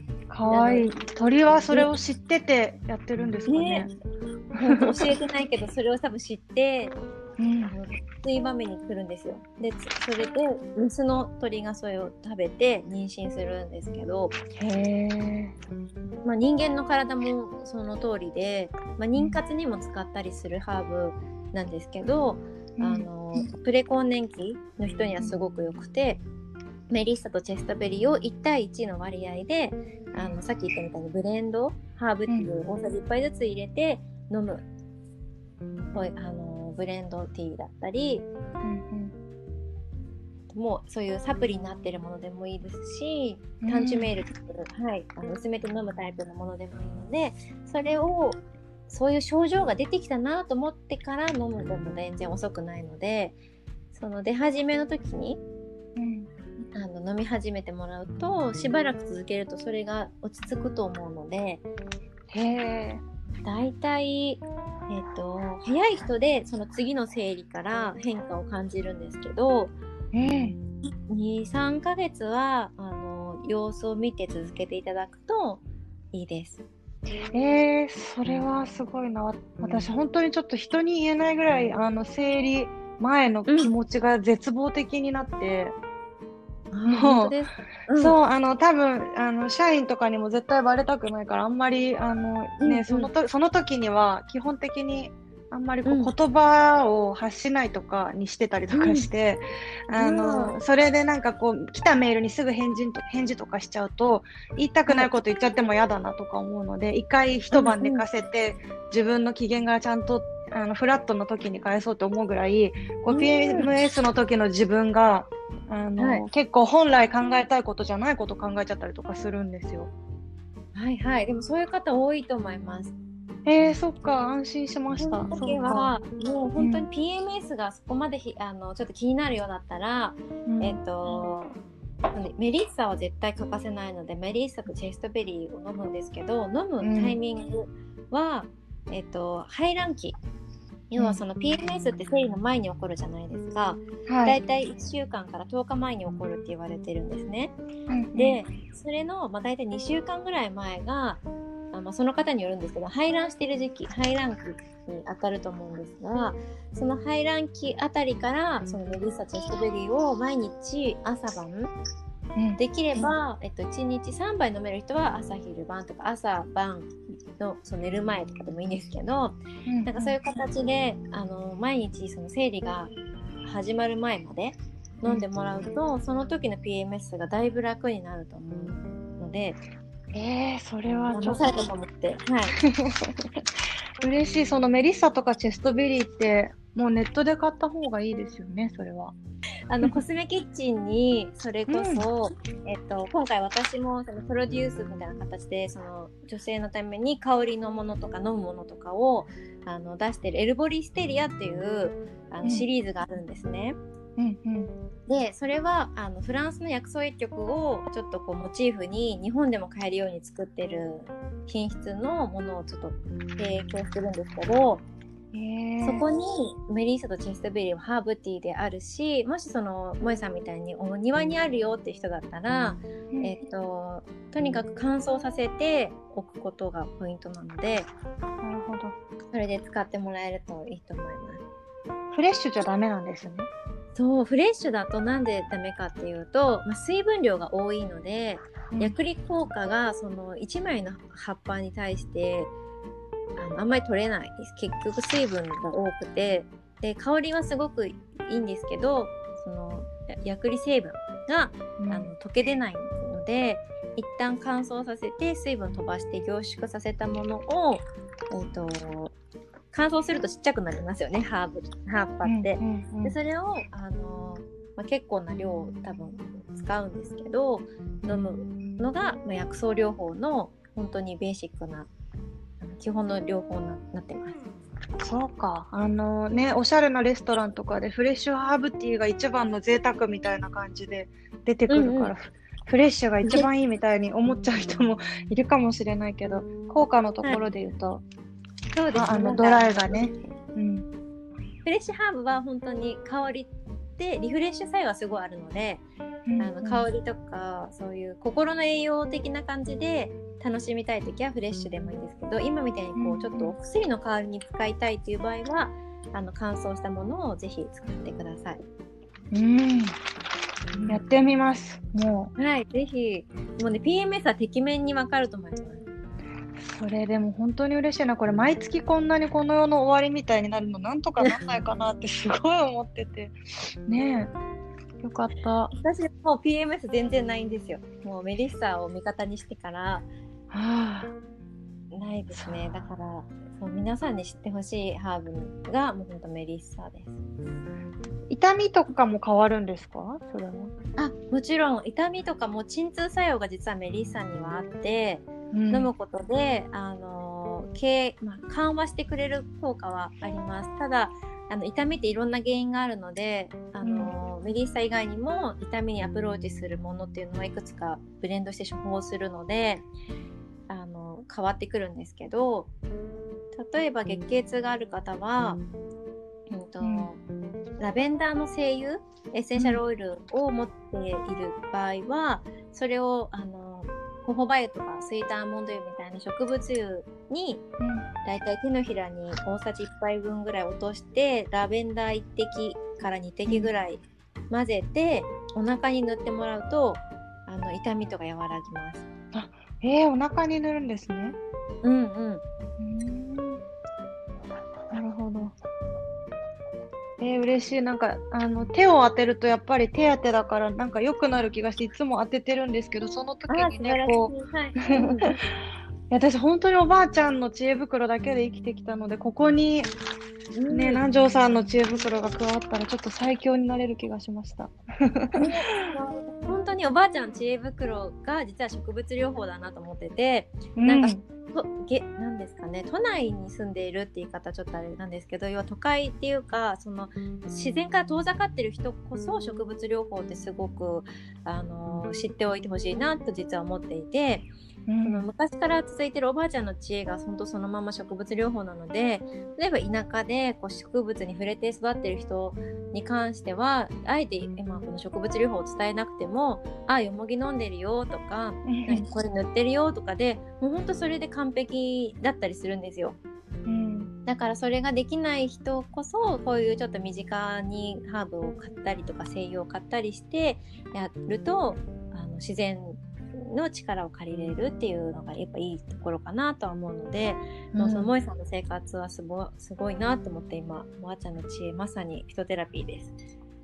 かわいい。鳥はそれを知っててやってるんですかね。 ね、教えてないけどそれを多分知って、うん、つい場面に来るんですよ。でそれでメスの鳥がそれを食べて妊娠するんですけど、へー、まあ、人間の体もその通りで、まあ、妊活にも使ったりするハーブなんですけど、うん、あのプレ更年期の人にはすごく良くて、メリッサとチェストベリーをいち対いちの割合であのさっき言ったみたいにブレンドハーブティーを大さじいっぱいずつ入れて飲む、うん、あのブレンドティーだったり、うんうん、もうそういうサプリになってるものでもいいですし、タンチュメールという、はい、あの薄めて飲むタイプのものでもいいので、それをそういう症状が出てきたなと思ってから飲むでも全然遅くないので、その出始めの時に、うんあの飲み始めてもらうとしばらく続けるとそれが落ち着くと思うので、へー、だいたい、えーと、早い人でその次の生理から変化を感じるんですけど、うん、にさんかげつはあの様子を見て続けていただくといいです。 えー、それはすごいな。私本当にちょっと人に言えないぐらいあの生理前の気持ちが絶望的になって、うん、もう、うん、そう、あの多分あの社員とかにも絶対バレたくないから、あんまりあの、ねうんうん、そのとその時には基本的にあんまりこう、うん、言葉を発しないとかにしてたりとかして、うん、あの、うん、それでなんかこう来たメールにすぐ返事と返事とかしちゃうと、言いたくないこと言っちゃっても嫌だなとか思うので、一回一晩寝かせて、うんうん、自分の機嫌がちゃんとあのフラットの時に返そうと思うぐらい、こう ピーエムエス の時の自分があの、はい、結構本来考えたいことじゃないこと考えちゃったりとかするんですよ。 はいはい、でもそういう方多いと思います。 えー、そっか、安心しました。 その時はもう本当に ピーエムエス がそこまでひ、うん、あのちょっと気になるようだったら、うん、えっとメリッサは絶対欠かせないので、メリッサとチェストベリーを飲むんですけど、飲むタイミングは、うん、えっと排卵期、要はその ピーエムエス って生理の前に起こるじゃないですか、はい、だいたいいっしゅうかんからとおかまえに起こるって言われてるんですね、うん、でそれの、まあ、だいたいにしゅうかんぐらい前があ、まあ、その方によるんですけど排卵している時期、排卵期に当たると思うんですが、その排卵期あたりからそのメリッサチェストベリーを毎日朝晩、うん、できれば、えっと、いちにちさんばい飲める人は朝昼晩とか朝晩の、その寝る前とかでもいいんですけど、うん、なんかそういう形であの毎日その生理が始まる前まで飲んでもらうと、うん、その時の ピーエムエス がだいぶ楽になると思うので、 えー、それはちょっ騙されたと思って。はい。 と嬉しい。そのメリッサとかチェストベリーってもうネットで買った方がいいですよね、それは。 あのコスメキッチンにそれこそ、 うん、 えっと、今回私もそのプロデュースみたいな形でその女性のために香りのものとか飲むものとかをあの出してるエルボリステリアっていうあのシリーズがあるんですね。 うんうん、 でそれはあのフランスの薬草薬局をちょっとこうモチーフに日本でも買えるように作ってる品質のものをちょっと提供してるんですけど、そこにメリーサとチェストベリーはハーブティーであるし、もしその萌えさんみたいにお庭にあるよって人だったら、うん、えっととにかく乾燥させておくことがポイントなので、 なるほど。 それで使ってもらえるといいと思います。 フレッシュじゃダメなんですね。 そう、フレッシュだとなんでダメかっていうと、まあ、水分量が多いので、うん、薬理効果がそのいちまいの葉っぱに対してあのあんまり取れない。結局水分が多くて、で香りはすごくいいんですけど、その薬理成分が、うん、あの溶け出ないので、一旦乾燥させて水分飛ばして凝縮させたものを、えーと、乾燥するとちっちゃくなりますよね、ハーブ葉っぱって、うんうんうん、でそれをあの、まあ、結構な量を多分使うんですけど、飲むのが、まあ、薬草療法の本当にベーシックな基本の療法になってます。 そうか、あのね、おしゃれなレストランとかでフレッシュハーブティーが一番の贅沢みたいな感じで出てくるから、うんうん、フレッシュが一番いいみたいに思っちゃう人もいるかもしれないけど、効果のところで言うと、はい、 そうですね、 あのドライがね、 うん、フレッシュハーブは本当に香りでリフレッシュ作用はすごいあるので、うんうん、あの香りとかそういう心の栄養的な感じで楽しみたいときはフレッシュでもいいんですけど、今みたいにこうちょっとお薬の代わりに使いたいという場合はあの乾燥したものをぜひ使ってください。 うん、やってみます。もうはい、ぜひ。もうね ピーエムエス はてきめんにわかると思います。 それでも本当に嬉しいな。これ毎月こんなにこの世の終わりみたいになるのなんとかなんないかなってすごい思っててねえ、よかった。 私もう ピーエムエス 全然ないんですよ。もうメリッサを味方にしてから、はあ、ないですね。だからそう皆さんに知ってほしいハーブがもう本当メリッサです。 痛みとかも変わるんですか？それは。 あ、もちろん痛みとかも鎮痛作用が実はメリッサにはあって、うん、飲むことであの、まあ、緩和してくれる効果はあります。ただあの痛みっていろんな原因があるので、あの、うん、メリッサ以外にも痛みにアプローチするものっていうのはいくつかブレンドして処方するので、あの変わってくるんですけど、例えば月経痛がある方は、うんとうん、ラベンダーの精油エッセンシャルオイルを持っている場合は、それをあのホホバ油とかスイートアーモンド油みたいな植物油に、うん、だいたい手のひらに大さじいっぱいぶんぐらい落としてラベンダーいってきからにてきぐらい混ぜてお腹に塗ってもらうとあの痛みとか和らぎます。 あ、えー、お腹に塗るんですね。 うんうん。うーん、なるほど。えー、嬉しい。なんかあの手を当てるとやっぱり手当てだからなんか良くなる気がしていつも当ててるんですけど、その時にねこう、はい、私本当におばあちゃんの知恵袋だけで生きてきたので、ここにね、南條さんの知恵袋が加わったらちょっと最強になれる気がしました。 本当におばあちゃんの知恵袋が実は植物療法だなと思ってて、うん、なんかとげなんですかね、都内に住んでいるって言い方ちょっとあれなんですけど、要は都会っていうかその自然から遠ざかってる人こそ植物療法ってすごくあの知っておいてほしいなと実は思っていて、うん、その昔から続いてるおばあちゃんの知恵が本当そのまま植物療法なので、例えば田舎でこう植物に触れて育ってる人に関してはあえて今この植物療法を伝えなくても、あ、よもぎ飲んでるよとか、うん、これ塗ってるよとかでもう本当それで完璧だったりするんですよ。うん、だからそれができない人こそこういうちょっと身近にハーブを買ったりとか精油を買ったりしてやるとあの自然の力を借りれるっていうのがやっぱいいところかなとは思うので、うん、もうその萌さんの生活はすご、すごいなと思って今おばあちゃんの知恵まさにフィトテラピーです。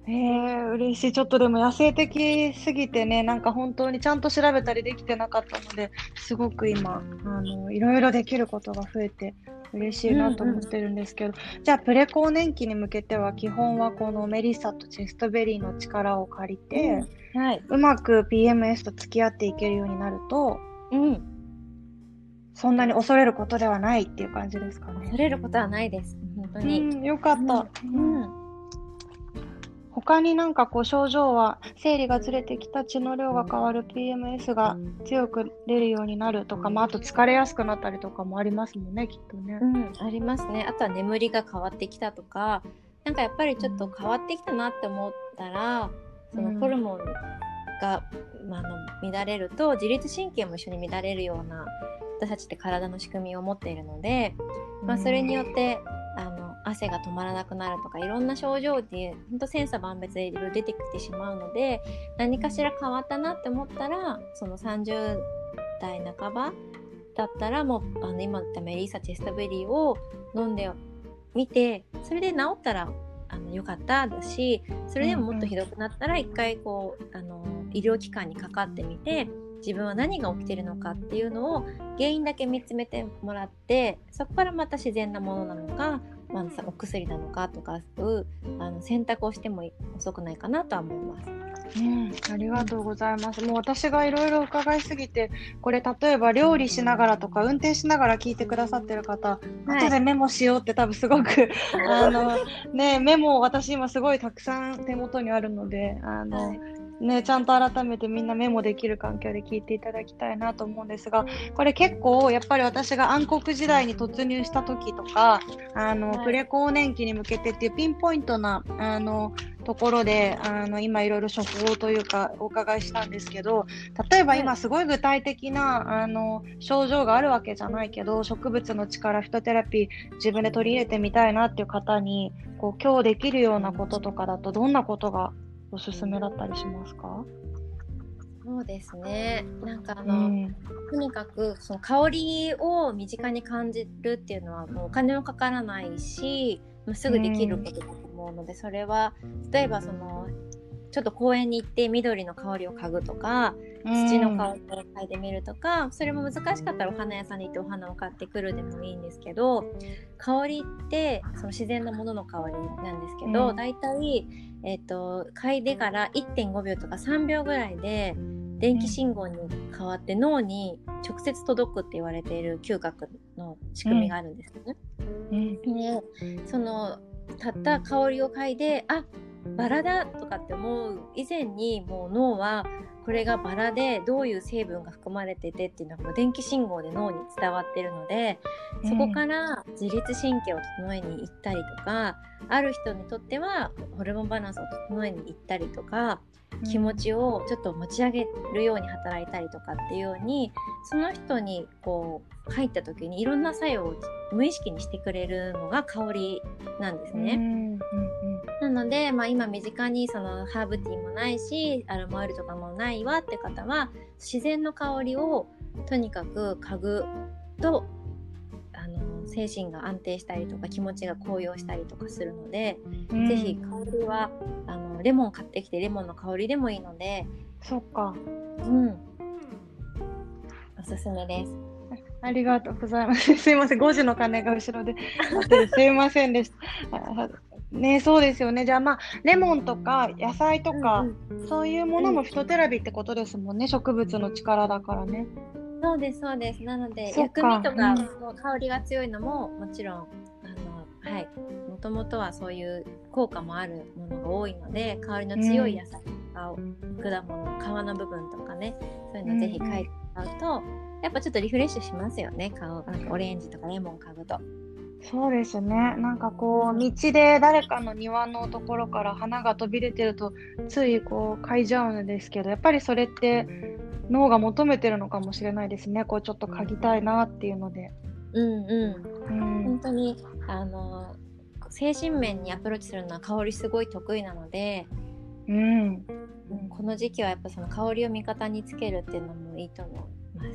えー、嬉しい。ちょっとでも野生的すぎてね、なんか本当にちゃんと調べたりできてなかったので、すごく今、あの、いろいろできることが増えて嬉しいなと思ってるんですけど、じゃあプレ更年期に向けては基本はこのメリッサとチェストベリーの力を借りて、 うん、はい、 うまく ピーエムエス と付き合っていけるようになると、 うん、 そんなに恐れることではないっていう感じですかね。 恐れることはないです、本当うに。 ん、よかった。 うん、うん、 他になんかこう症状は生理がずれてきた、血の量が変わる、 ピーエムエス が強く出るようになるとか、まあ、あと疲れやすくなったりとかもありますもんね、きっとね。 うん、ありますね。あとは眠りが変わってきたとか、なんかやっぱりちょっと変わってきたなって思ったら、そのホルモンが、まあ、あの乱れると自律神経も一緒に乱れるような、私たちって体の仕組みを持っているので、まあ、それによってあの汗が止まらなくなるとか、いろんな症状で本当千差万別でいろいろ出てきてしまうので、何かしら変わったなって思ったら、そのさんじゅう代半ばだったらもうあの今言ったメリーサチェストベリーを飲んでみて、それで治ったらあのよかっただし、それでももっとひどくなったら一回こうあの医療機関にかかってみて、自分は何が起きているのかっていうのを原因だけ見つめてもらって、そこからまた自然なものなのか、まあ、お薬なのかとかいうあの選択をしても遅くないかなとは思います。 うん、ありがとうございます。もう私がいろいろ伺いすぎて、これ例えば料理しながらとか運転しながら聞いてくださってる方、 はい、 後でメモしようって多分すごくあの、ね、メモ私今すごいたくさん手元にあるので、あの、はいね、ちゃんと改めてみんなメモできる環境で聞いていただきたいなと思うんですが、これ結構やっぱり私が暗黒時代に突入した時とか、あの、はい、プレ更年期に向けてっていうピンポイントなあのところであの今いろいろ処方というかお伺いしたんですけど、例えば今すごい具体的なあの症状があるわけじゃないけど、植物の力、フィトテラピー自分で取り入れてみたいなっていう方にこう今日できるようなこととかだとどんなことがおすすめだったりしますか？ そうですね。なんかあの、うん、とにかくその香りを身近に感じるっていうのはもうお金もかからないし、もうすぐできることだと思うので、うん、それは例えばそのちょっと公園に行って緑の香りを嗅ぐとか、土の香りを嗅いでみるとか、それも難しかったらお花屋さんに行ってお花を買ってくるでもいいんですけど、香りってその自然なものの香りなんですけど、うん、だいたいえーと、嗅いでから いってんごびょうとかさんびょうぐらいで電気信号に変わって脳に直接届くって言われている嗅覚の仕組みがあるんですね、うん、でそのたった香りを嗅いで、あ、バラだとかって思う以前に、もう脳はこれがバラでどういう成分が含まれててっていうのがもう電気信号で脳に伝わってるので、そこから自律神経を整えに行ったりとか、ある人にとってはホルモンバランスを整えに行ったりとか、気持ちをちょっと持ち上げるように働いたりとかっていうように、その人にこう入った時にいろんな作用を無意識にしてくれるのが香りなんですね。うんうんうん、なので、まあ、今身近にそのハーブティーもないしアロマオイルとかもないわって方は、自然の香りをとにかく嗅ぐとあの精神が安定したりとか気持ちが高揚したりとかするので、うん、ぜひ香りはあのレモン買ってきてレモンの香りでもいいので、 そっか、 うん、おすすめです。 ありがとうございます。すいません、ごじの鐘が後ろで鳴ってるすいませんでしたね。そうですよね。じゃあまあレモンとか野菜とか、うんうん、そういうものもフィトテラピーってことですもんね、うん、植物の力だからね。 そうですそうです。なので薬味とか、うん、香りが強いのももちろんあの、はい、もともとはそういう効果もあるものが多いので、香りの強い野菜とか、うん、果物の皮の部分とかね、そういうのぜひ嗅いでもらうと、うん、やっぱちょっとリフレッシュしますよね。顔なんかオレンジとかレモン嗅ぐと。 そうですね。なんかこう道で誰かの庭のところから花が飛び出てるとついこう嗅いじゃうんですけど、やっぱりそれって脳が求めてるのかもしれないですね。こうちょっと嗅ぎたいなっていうので。 うんうん。うん、本当にあの精神面にアプローチするのは香りすごい得意なので、うん、この時期はやっぱその香りを味方につけるっていうのもいいと思います。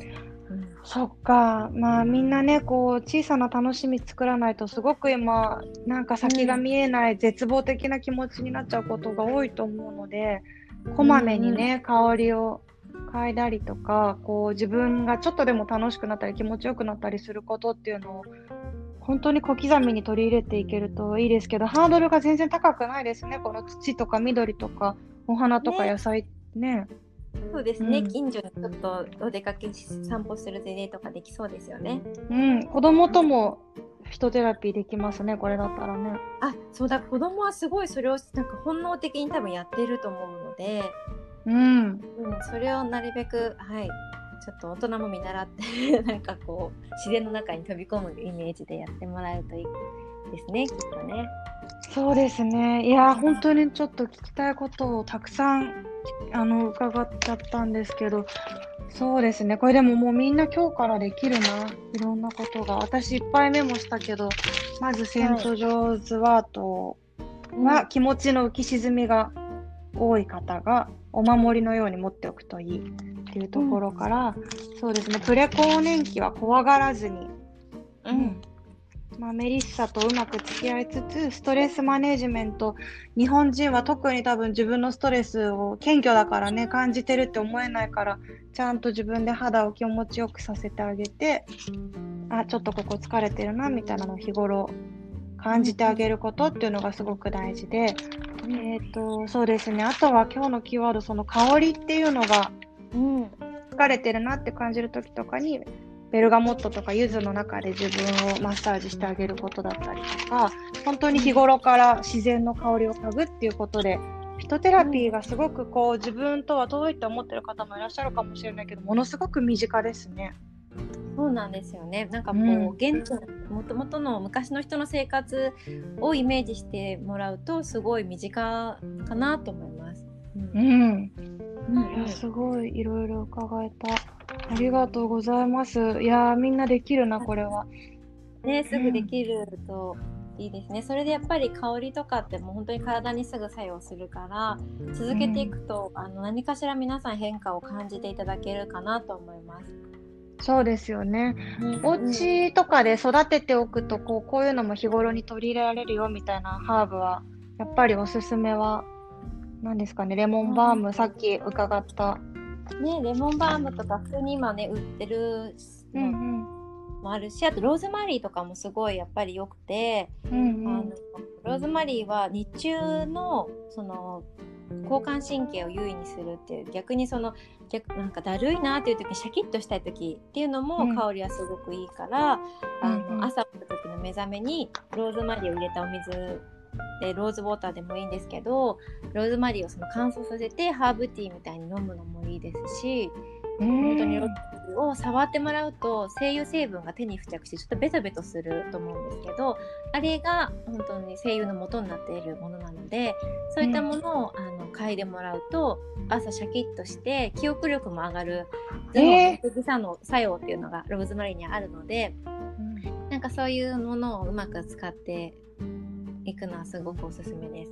うん、 そっか、まあみんなね、こう小さな楽しみ作らないとすごく今、なんか先が見えない絶望的な気持ちになっちゃうことが多いと思うので、こまめにね、香りを嗅いだりとか、こう自分がちょっとでも楽しくなったり気持ちよくなったりすることっていうのを本当に小刻みに取り入れていけるといいですけど、ハードルが全然高くないですね。この土とか緑とかお花とかね、 野菜ね。 そうですね、 うん、 近所にちょっとお出かけし散歩するゼリとかできそうですよね。 うん、子供ともフィトテラピーできますね、これだったらね。 あ、そうだ、子供はすごいそれをなんか本能的に多分やってると思うので、 うん、 うん、それをなるべく、はい、ちょっと大人も見習ってなんかこう自然の中に飛び込むイメージでやってもらえるといいですね、きっとね。 そうですね。いや、本当にちょっと聞きたいことをたくさんあの伺っちゃったんですけど、そうですね。これでももうみんな今日からできるな。いろんなことが。私いっぱいメモしたけど、まずセントジョーズワートは気持ちの浮き沈みが多い方がお守りのように持っておくといいっていうところから、うん、そうですね。プレ更年期は怖がらずに、うん、まあ、メリッサとうまく付き合いつつ、ストレスマネジメント、日本人は特に多分自分のストレスを謙虚だからね、感じてるって思えないから、ちゃんと自分で肌を気持ちよくさせてあげて、あ、ちょっとここ疲れてるなみたいなのを日頃感じてあげることっていうのがすごく大事で、えっと、そうですね。あとは今日のキーワード、その香りっていうのが、うん、疲れてるなって感じる時とかに、ベルガモットとか柚子の中で自分をマッサージしてあげることだったりとか、本当に日頃から自然の香りを嗅ぐっていうことで、フィトテラピーがすごくこう自分とは遠いと思ってる方もいらっしゃるかもしれないけど、ものすごく身近ですね。 そうなんですよね。なんかこう、うん、現地のもともとの昔の人の生活をイメージしてもらうとすごい身近かなと思います。 うん。うんうん、いやすごいいろいろ伺えた。ありがとうございます。いやみんなできるなこれは。 ね、すぐできるといいですね。うん、それでやっぱり香りとかってもう本当に体にすぐ作用するから続けていくと、うん、あの何かしら皆さん変化を感じていただけるかなと思います。 そうですよね。うん、お家とかで育てておくとこう、こういうのも日頃に取り入れられるよみたいなハーブはやっぱりおすすめは何ですかね。レモンバーム、さっき伺ったね、レモンバームとか普通に今ね売ってるのもあるし、うんうん、あとローズマリーとかもすごいやっぱり良くて、うんうん、あのローズマリーは日中のその交感神経を優位にするっていう、逆にその逆なんかだるいなっていう時にシャキッとしたい時っていうのも香りはすごくいいから、うん、あの朝起きた時の目覚めにローズマリーを入れたお水でローズウォーターでもいいんですけど、ローズマリーをその乾燥させてハーブティーみたいに飲むのもいいですし、本当にローズマリーを触ってもらうと精油成分が手に付着してちょっとベトベトすると思うんですけど、あれが本当に精油の元になっているものなので、そういったものを、うん、あの嗅いでもらうと朝シャキッとして記憶力も上がる頭脳の差の作用っていうのがローズマリーにはあるので、うん、なんかそういうものをうまく使って行くのはすごくおすすめです。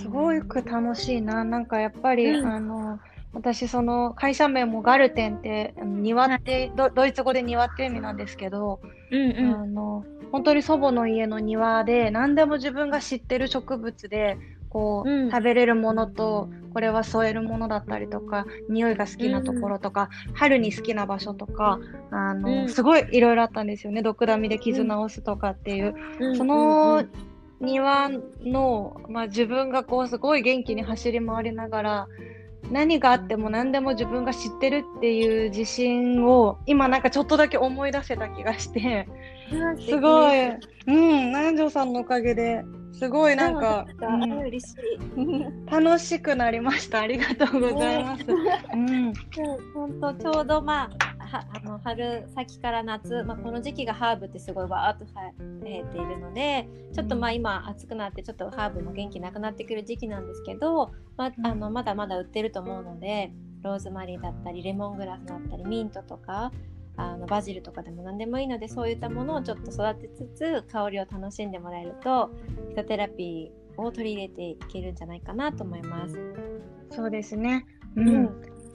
すごく楽しいな。なんかやっぱり、うん、あの私その会社名もガルテンって庭って、はい、ドイツ語で庭って意味なんですけど、うんうん、あの本当に祖母の家の庭で何でも自分が知ってる植物でこう、うん、食べれるものとこれは添えるものだったりとか匂いが好きなところとか、うん、春に好きな場所とかあの、うん、すごいいろいろあったんですよね。毒ダミで傷治すとかっていう、うん、その、うんうん庭の、まあ、自分がこうすごい元気に走り回りながら何があっても何でも自分が知ってるっていう自信を今なんかちょっとだけ思い出せた気がしてすごい、うん、南條さんのおかげですごいなんか、うん、 嬉しい楽しくなりました。ありがとうございます、ねうん、 本当ちょうどまあはあの春先から夏、まあ、この時期がハーブってすごいわーっと生えているのでちょっとまあ今暑くなってちょっとハーブも元気なくなってくる時期なんですけど、まあ、あのまだまだ売ってると思うのでローズマリーだったりレモングラスだったりミントとかあのバジルとかでも何でもいいのでそういったものをちょっと育てつつ香りを楽しんでもらえるとフィトテラピーを取り入れていけるんじゃないかなと思います。 そうですね、うん、うん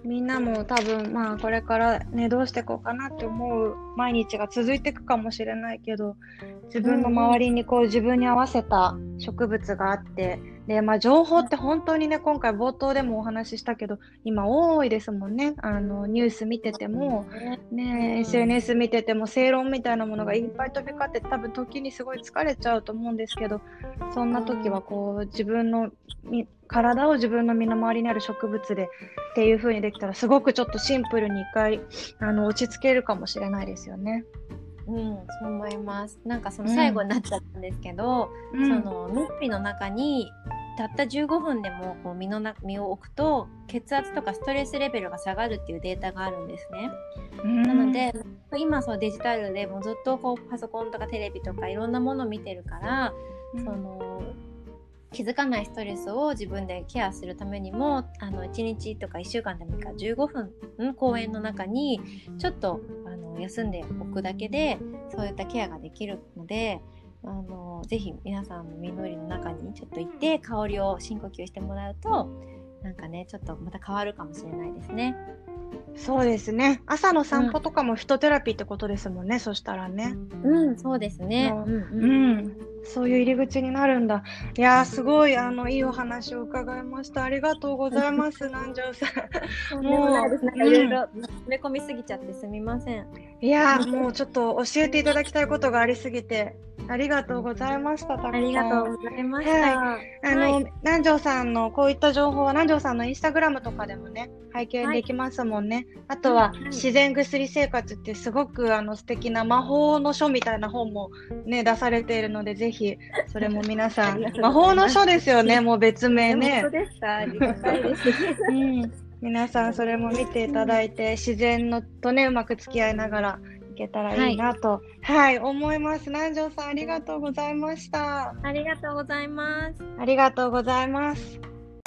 みんなも多分まあこれからねどうしていこうかなって思う毎日が続いていくかもしれないけど、自分の周りにこう自分に合わせた植物があって、でまあ情報って本当にね、今回冒頭でもお話ししたけど今多いですもんね。あのニュース見ててもね、エスエヌエス 見てても正論みたいなものがいっぱい飛び交って、多分時にすごい疲れちゃうと思うんですけど、そんな時はこう自分のみ体を自分の身の回りにある植物でっていう風にできたら、すごくちょっとシンプルに一回あの落ち着けるかもしれないですよね。 うん、そう思います。なんかその最後になっちゃったんですけど、うん、そのヌッピの中にたったじゅうごふんでもこう身のな身を置くと血圧とかストレスレベルが下がるっていうデータがあるんですね。うん、なので今そうデジタルでもうずっとこうパソコンとかテレビとかいろんなものを見てるから、うん、その気づかないストレスを自分でケアするためにも、あのいちにちとかいっしゅうかんでもいいからじゅうごふん公園の中にちょっとあの休んでおくだけでそういったケアができるので、あのぜひ皆さんの実りの中にちょっと行って香りを深呼吸してもらうと、なんかねちょっとまた変わるかもしれないですね。 そうですね。朝の散歩とかもフィトテラピーってことですもんね、うん、そしたらね。 うん、そうですね。 うん、うん、そういう入り口になるんだ。いやー、すごいあのいいお話を伺いました。ありがとうございます、南條さん。 もういろいろ詰め込みすぎちゃってすみません。 いやー、もうちょっと教えていただきたいことがありすぎてありがとうございました。たくさんありがとうございました。 はい、あの、はい、南條さんのこういった情報は南條さんのインスタグラムとかでもね拝見できますもんね。はい、あとは、はい、自然薬生活ってすごくあの素敵な魔法の書みたいな本もね出されているので、ぜひそれも皆さん魔法の書ですよね、もう別名ね。 本当ですか、ありがたいです。 うん、皆さんそれも見ていただいて、自然のとねうまく付き合いながらいけたらいいなと、はい、はい、思います。南條さんありがとうございました。 ありがとうございます。 ありがとうございます。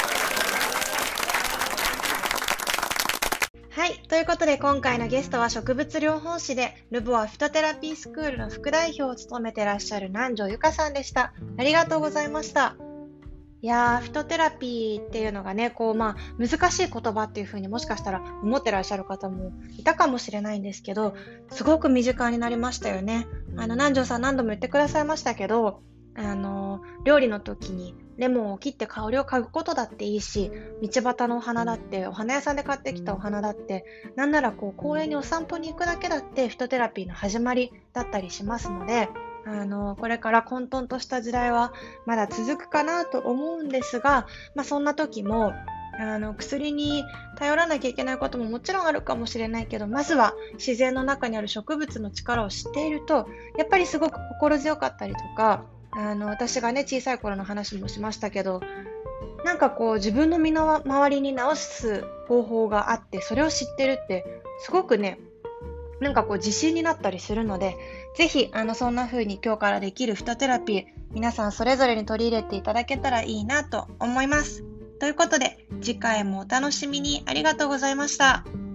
はい、ということで今回のゲストは植物療法士でルボアフィトテラピースクールの副代表を務めていらっしゃる南條由佳さんでした。ありがとうございました。いやー、フィトテラピーっていうのがね、こうまあ難しい言葉っていう風にもしかしたら思ってらっしゃる方もいたかもしれないんですけど、すごく身近になりましたよね。あの南條さん何度も言ってくださいましたけど、あの料理の時にレモンを切って香りを嗅ぐことだっていいし、道端のお花だって、お花屋さんで買ってきたお花だって、なんならこう公園にお散歩に行くだけだってフィトテラピーの始まりだったりしますので、あのこれから混沌とした時代はまだ続くかなと思うんですが、まあ、そんな時もあの薬に頼らなきゃいけないことももちろんあるかもしれないけど、まずは自然の中にある植物の力を知っているとやっぱりすごく心強かったりとか、あの私がね小さい頃の話もしましたけど、なんかこう自分の身の回りに治す方法があって、それを知ってるってすごくね、なんかこう自信になったりするので、ぜひあのそんな風に今日からできるフィトテラピー、皆さんそれぞれに取り入れていただけたらいいなと思います。ということで次回もお楽しみに。ありがとうございました。